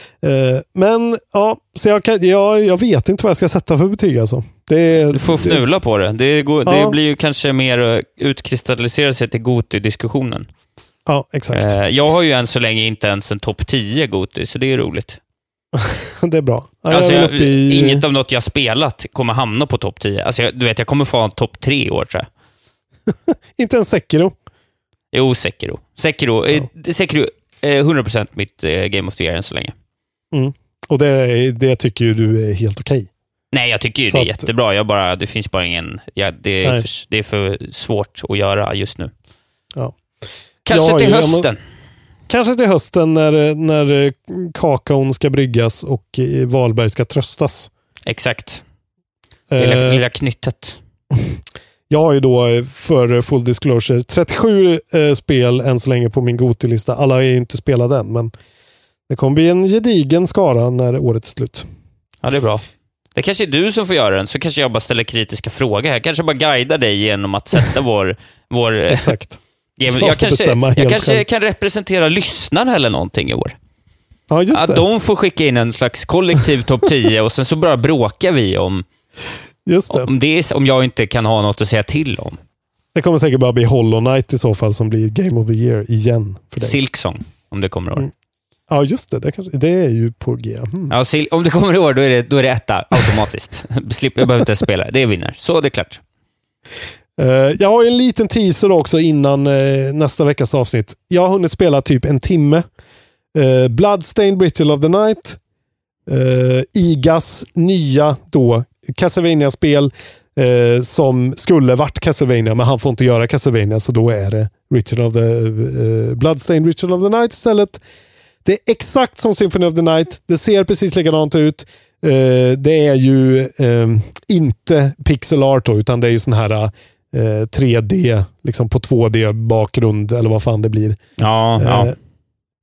Men ja, så jag vet inte vad jag ska sätta för betyg alltså.
Du får fnula på det. Det blir ju kanske mer utkristallisera sig till GOTY-diskussionen.
Ja, exakt.
Jag har ju än så länge inte ens en topp 10 GOTY, så det är roligt.
Det är bra.
Alltså inget av något jag spelat kommer hamna på topp 10. Alltså du vet, jag kommer få en topp 3 år, tror jag.
Inte en Sekiro.
Jo, Sekiro. Sekiro 100% mitt Game of the Year än så länge.
Mm. Och det tycker ju du är helt okej.
Nej, jag tycker ju det är jättebra. Det finns bara ingen... det är för svårt att göra just nu.
Ja.
Kanske till hösten.
Kanske till hösten när kakaon ska bryggas och Wahlberg ska tröstas.
Exakt. Lilla knyttet.
Jag har ju då, för full disclosure, 37 spel än så länge på min GOTY-lista. Alla har ju inte spelat än, men det kommer bli en gedigen skara när året är slut.
Ja, det är bra. Det kanske är du som får göra den, så kanske jag bara ställer kritiska frågor här. Kanske bara guida dig genom att sätta vår
Exakt.
Jag kanske kan representera lyssnarna eller någonting i år.
Ja, just det.
Att de får skicka in en slags kollektiv topp 10 och sen så bara bråkar vi om om jag inte kan ha något att säga till om.
Det kommer säkert bara bli Hollow Knight i så fall som blir Game of the Year igen för dig.
Silksong, om det kommer i år.
Ja, just det. Det är ju på G.
Ja, om det kommer i år, då är det etta automatiskt. Jag behöver inte spela. Det är vinner. Så det är klart.
Jag har en liten teaser också innan nästa veckas avsnitt. Jag har hunnit spela typ en timme. Bloodstained Ritual of the Night. IGAs nya då Castlevania-spel som skulle varit Castlevania, men han får inte göra Castlevania, så då är det Bloodstained Ritual of the Night istället. Det är exakt som Symphony of the Night. Det ser precis likadant ut. Det är ju inte pixel art då, utan det är ju sån här 3D liksom på 2D bakgrund eller vad fan det blir.
Ja.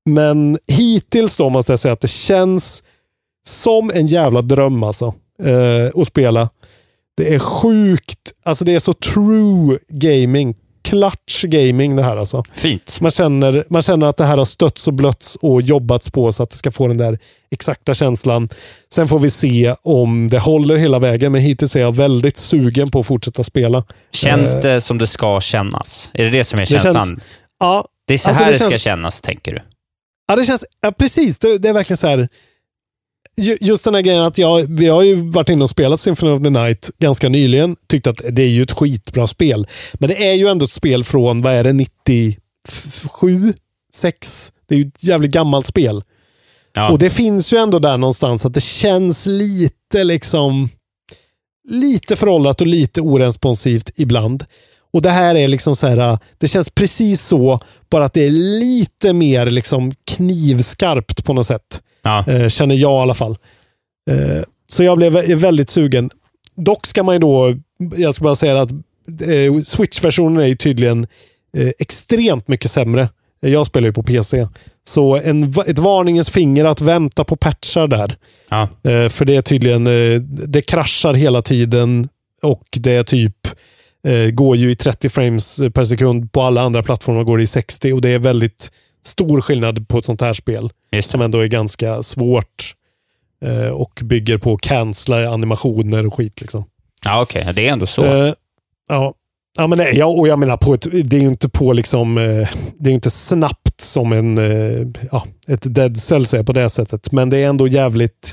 Men hittills då måste jag säga att det känns som en jävla dröm alltså, att spela. Det är sjukt, alltså det är så true gaming, clutch gaming det här alltså.
Fint.
Man känner att det här har stötts och blötts och jobbats på så att det ska få den där exakta känslan. Sen får vi se om det håller hela vägen, men hittills är jag väldigt sugen på att fortsätta spela.
Känns det som det ska kännas? Är det som är känslan?
Ja.
Det är så alltså här det ska kännas, tänker du?
Ja, det känns, ja precis. Det är verkligen så här. Just den här grejen att vi har ju varit inne och spelat Symphony of the Night ganska nyligen. Tyckt att det är ju ett skitbra spel. Men det är ju ändå ett spel från, vad är det, 97? 6? Det är ju ett jävligt gammalt spel. Ja. Och det finns ju ändå där någonstans att det känns lite liksom lite föråldrat och lite oresponsivt ibland. Och det här är liksom så här, det känns precis så, bara att det är lite mer liksom knivskarpt på något sätt. Ja. Känner jag i alla fall. Så jag blev väldigt sugen. Dock ska man ju då, jag ska bara säga att Switch-versionen är ju tydligen extremt mycket sämre. Jag spelar ju på PC. Så ett varningens finger att vänta på patchar där. Ja. För det är tydligen, det kraschar hela tiden och det är typ går ju i 30 frames per sekund. På alla andra plattformar går det i 60 och det är väldigt stor skillnad på ett sånt här spel. Som ändå är ganska svårt och bygger på cancella animationer och skit liksom. Ja,
okej. Det är ändå så.
Ja, men nej, och jag menar det är ju inte på liksom det är inte snabbt som ett Dead Cells är på det sättet, men det är ändå jävligt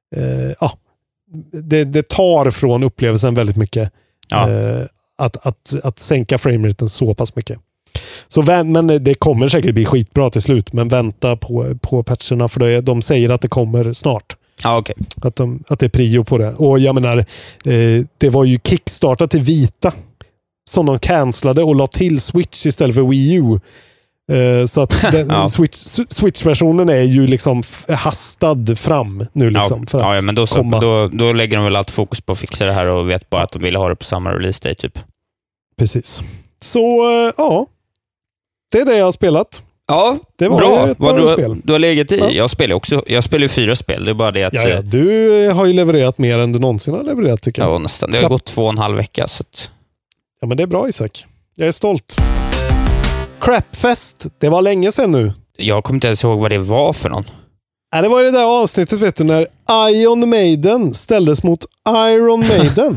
det tar från upplevelsen väldigt mycket att sänka frameraten så pass mycket. Så men det kommer säkert bli skitbra till slut, men vänta på patcherna, för de säger att det kommer snart.
Okay.
Att det är prio på det. Och jag menar, det var ju kickstartat till Vita som de cancellade och la till Switch istället för Wii U. Så att Switch-versionen är ju liksom hastad fram nu liksom.
Men då lägger de väl allt fokus på att fixa det här och vet bara att de vill ha det på samma release day typ.
Precis. Så det är det jag har spelat.
Ja,
det var
bra.
Ett bra spel.
Du har legat i. Ja. Jag spelar ju 4 spel. Det är bara det att...
Ja, du har ju levererat mer än du någonsin har levererat, tycker jag.
Ja, nästan. Det har gått 2,5 vecka. Så att...
Ja, men det är bra, Isak. Jag är stolt. Crapfest. Det var länge sedan nu.
Jag kommer inte ens ihåg vad det var för någon.
Det var det där avsnittet, vet du, när Iron Maiden ställdes mot Iron Maiden.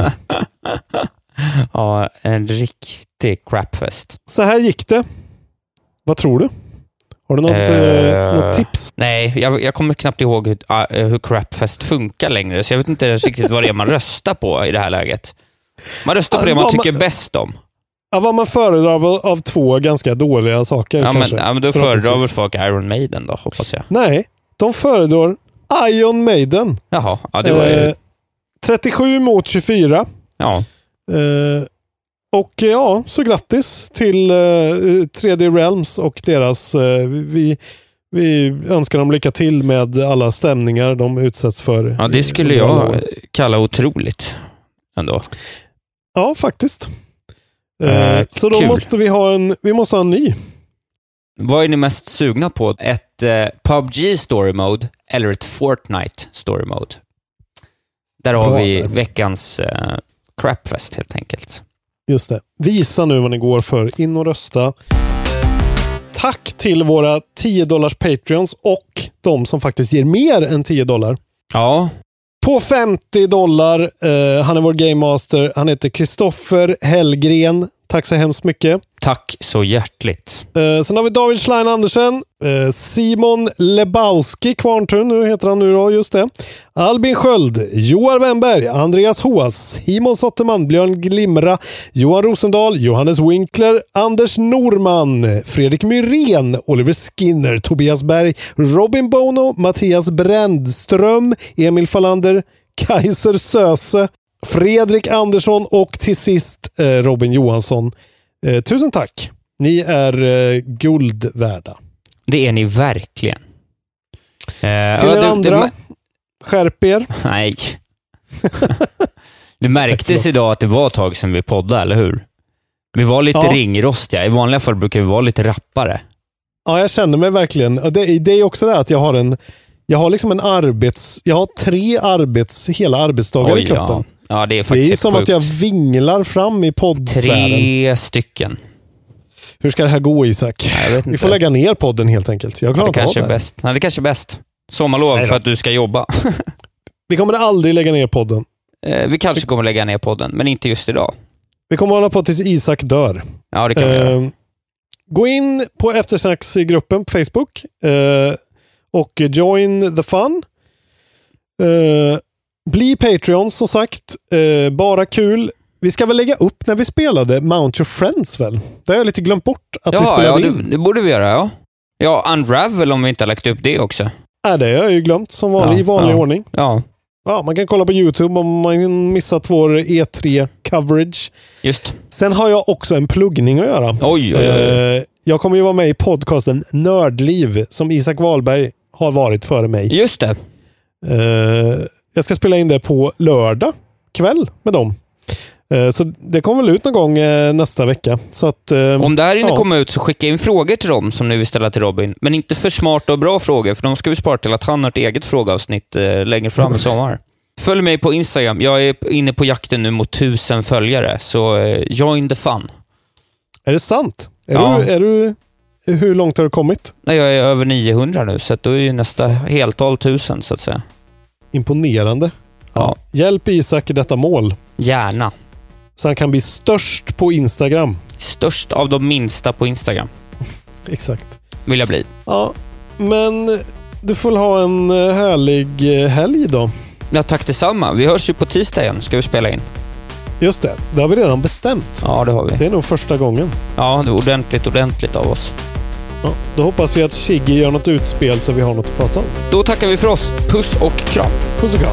Ja, en riktig crapfest.
Så här gick det. Vad tror du? Har du något tips?
Nej, jag kommer knappt ihåg hur crapfest funkar längre, så jag vet inte riktigt vad det är man röstar på i det här läget. Man röstar på det man tycker bäst om. Ja,
vad man föredrar av 2 ganska dåliga saker.
Men då föredrar väl folk Iron Maiden då, hoppas jag.
Nej, de föredrar Iron Maiden.
Jaha, ja, det var ju...
37 mot 24.
Ja.
Och så grattis till 3D Realms och deras... Vi önskar dem lycka till med alla stämningar de utsätts för.
Ja, det skulle jag kalla otroligt ändå.
Ja, faktiskt. Så då måste vi ha en ny.
Vad är ni mest sugna på? Ett PUBG Story Mode eller ett Fortnite Story Mode? Där har vi veckans crapfest helt enkelt.
Just det. Visa nu vad ni går för. In och rösta. Tack till våra $10 Patreons och de som faktiskt ger mer än $10.
Ja.
På $50. Han är vår Game Master. Han heter Kristoffer Hellgren. Tack så hemskt mycket.
Tack så hjärtligt.
Sen har vi David Schlein Andersen. Simon Lebowski Kvarntun, nu heter han nu då, just det. Albin Sköld, Joar Wennberg, Andreas Hoas, Simon Sotterman, Björn Glimra, Johan Rosendal, Johannes Winkler, Anders Norman, Fredrik Myrén, Oliver Skinner, Tobias Berg, Robin Bono, Mattias Brändström, Emil Fallander, Kaiser Söse, Fredrik Andersson och till sist Robin Johansson. Tusen tack. Ni är guld värda.
Det är ni verkligen.
Till er andra, skärp er.
Nej. Det märktes idag att det var ett tag sedan vi poddade, eller hur? Vi var lite ringrostiga. I vanliga fall brukar vi vara lite rappare.
Ja, jag känner mig verkligen. Det är också det att jag har liksom jag har 3 hela arbetsdagar i kroppen.
Ja, det är faktiskt
det är som sjukt. Att jag vinglar fram i poddsfären.
3 stycken.
Hur ska det här gå, Isak? Vi får lägga ner podden helt enkelt. Jag klarar inte av det.
Bäst. Nej, det kanske är bäst. Sommarlov för att du ska jobba.
Vi kommer aldrig lägga ner podden.
Vi kanske kommer lägga ner podden, men inte just idag.
Vi kommer hålla på tills Isak dör.
Ja, det kan vi göra.
Gå in på eftersnacksgruppen på Facebook och join the fun. Bli Patreon som sagt. Bara kul. Vi ska väl lägga upp när vi spelade Mount Your Friends väl? Det har jag lite glömt bort att vi spelade in.
Det borde vi göra, ja. Ja, Unravel om vi inte har lagt upp det också.
Det har jag ju glömt som vanlig, i vanlig ordning.
Ja.
Ja, man kan kolla på YouTube om man missat vår E3-coverage.
Just.
Sen har jag också en pluggning att göra.
Oj.
Jag kommer ju vara med i podcasten Nördliv som Isak Wahlberg har varit före mig.
Just det.
Jag ska spela in det på lördag kväll med dem. Så det kommer väl ut någon gång nästa vecka. Så att,
om det här inne kommer ut så skicka in frågor till dem som ni vill ställa till Robin. Men inte för smarta och bra frågor, för de ska vi spara till att han har ett eget frågeavsnitt längre fram i sommar. Följ mig på Instagram. Jag är inne på jakten nu mot 1000 följare. Så join the fun.
Är det sant? Hur långt har du kommit?
Nej, jag är över 900 nu, så då är ju nästa heltal 1000 så att säga.
Imponerande. Ja. Hjälp Isak i detta mål.
Gärna.
Så han kan bli störst på Instagram.
Störst av de minsta på Instagram.
Exakt.
Vill jag bli.
Ja, men du får ha en härlig helg då.
Ja, tack detsamma. Vi hörs ju på tisdag igen. Ska vi spela in?
Just det har vi redan bestämt.
Ja, det har vi.
Det är nog första gången.
Ja, det är ordentligt av oss.
Ja, då hoppas vi att Shiggy gör något utspel så vi har något att prata om.
Då tackar vi för oss. Puss och kram.
Puss och kram.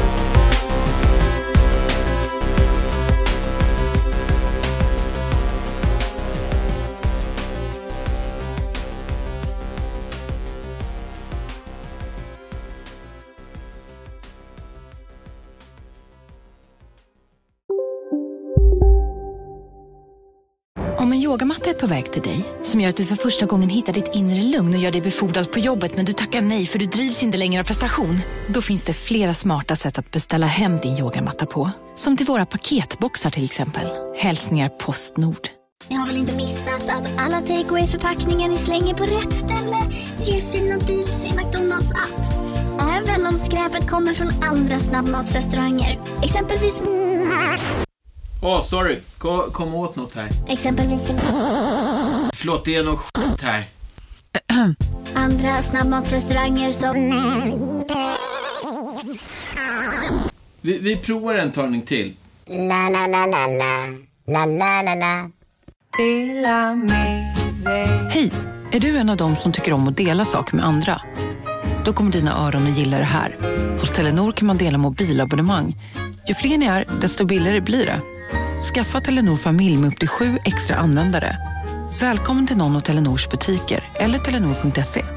Om en yogamatta är på väg till dig, som gör att du för första gången hittar ditt inre lugn och gör dig befordrad på jobbet men du tackar nej för du drivs inte längre av prestation. Då finns det flera smarta sätt att beställa hem din yogamatta på. Som till våra paketboxar till exempel. Hälsningar Postnord.
Ni har väl inte missat att alla takeaway-förpackningar ni slänger på rätt ställe ger fina deals i McDonalds app. Även om skräpet kommer från andra snabbmatsrestauranger. Exempelvis...
sorry. Kom åt något här.
Exempelvis...
Förlåt, det är något skit här.
Andra snabbmatsrestauranger som...
Vi provar en talning till.
La la la la la. La la la la.
Hej, är du en av dem som tycker om att dela saker med andra? Då kommer dina öron att gilla det här. Hos Telenor kan man dela mobilabonnemang. Ju fler ni är, desto billigare blir det. Skaffa Telenor familj med upp till 7 extra användare. Välkommen till någon av Telenors butiker eller telenor.se.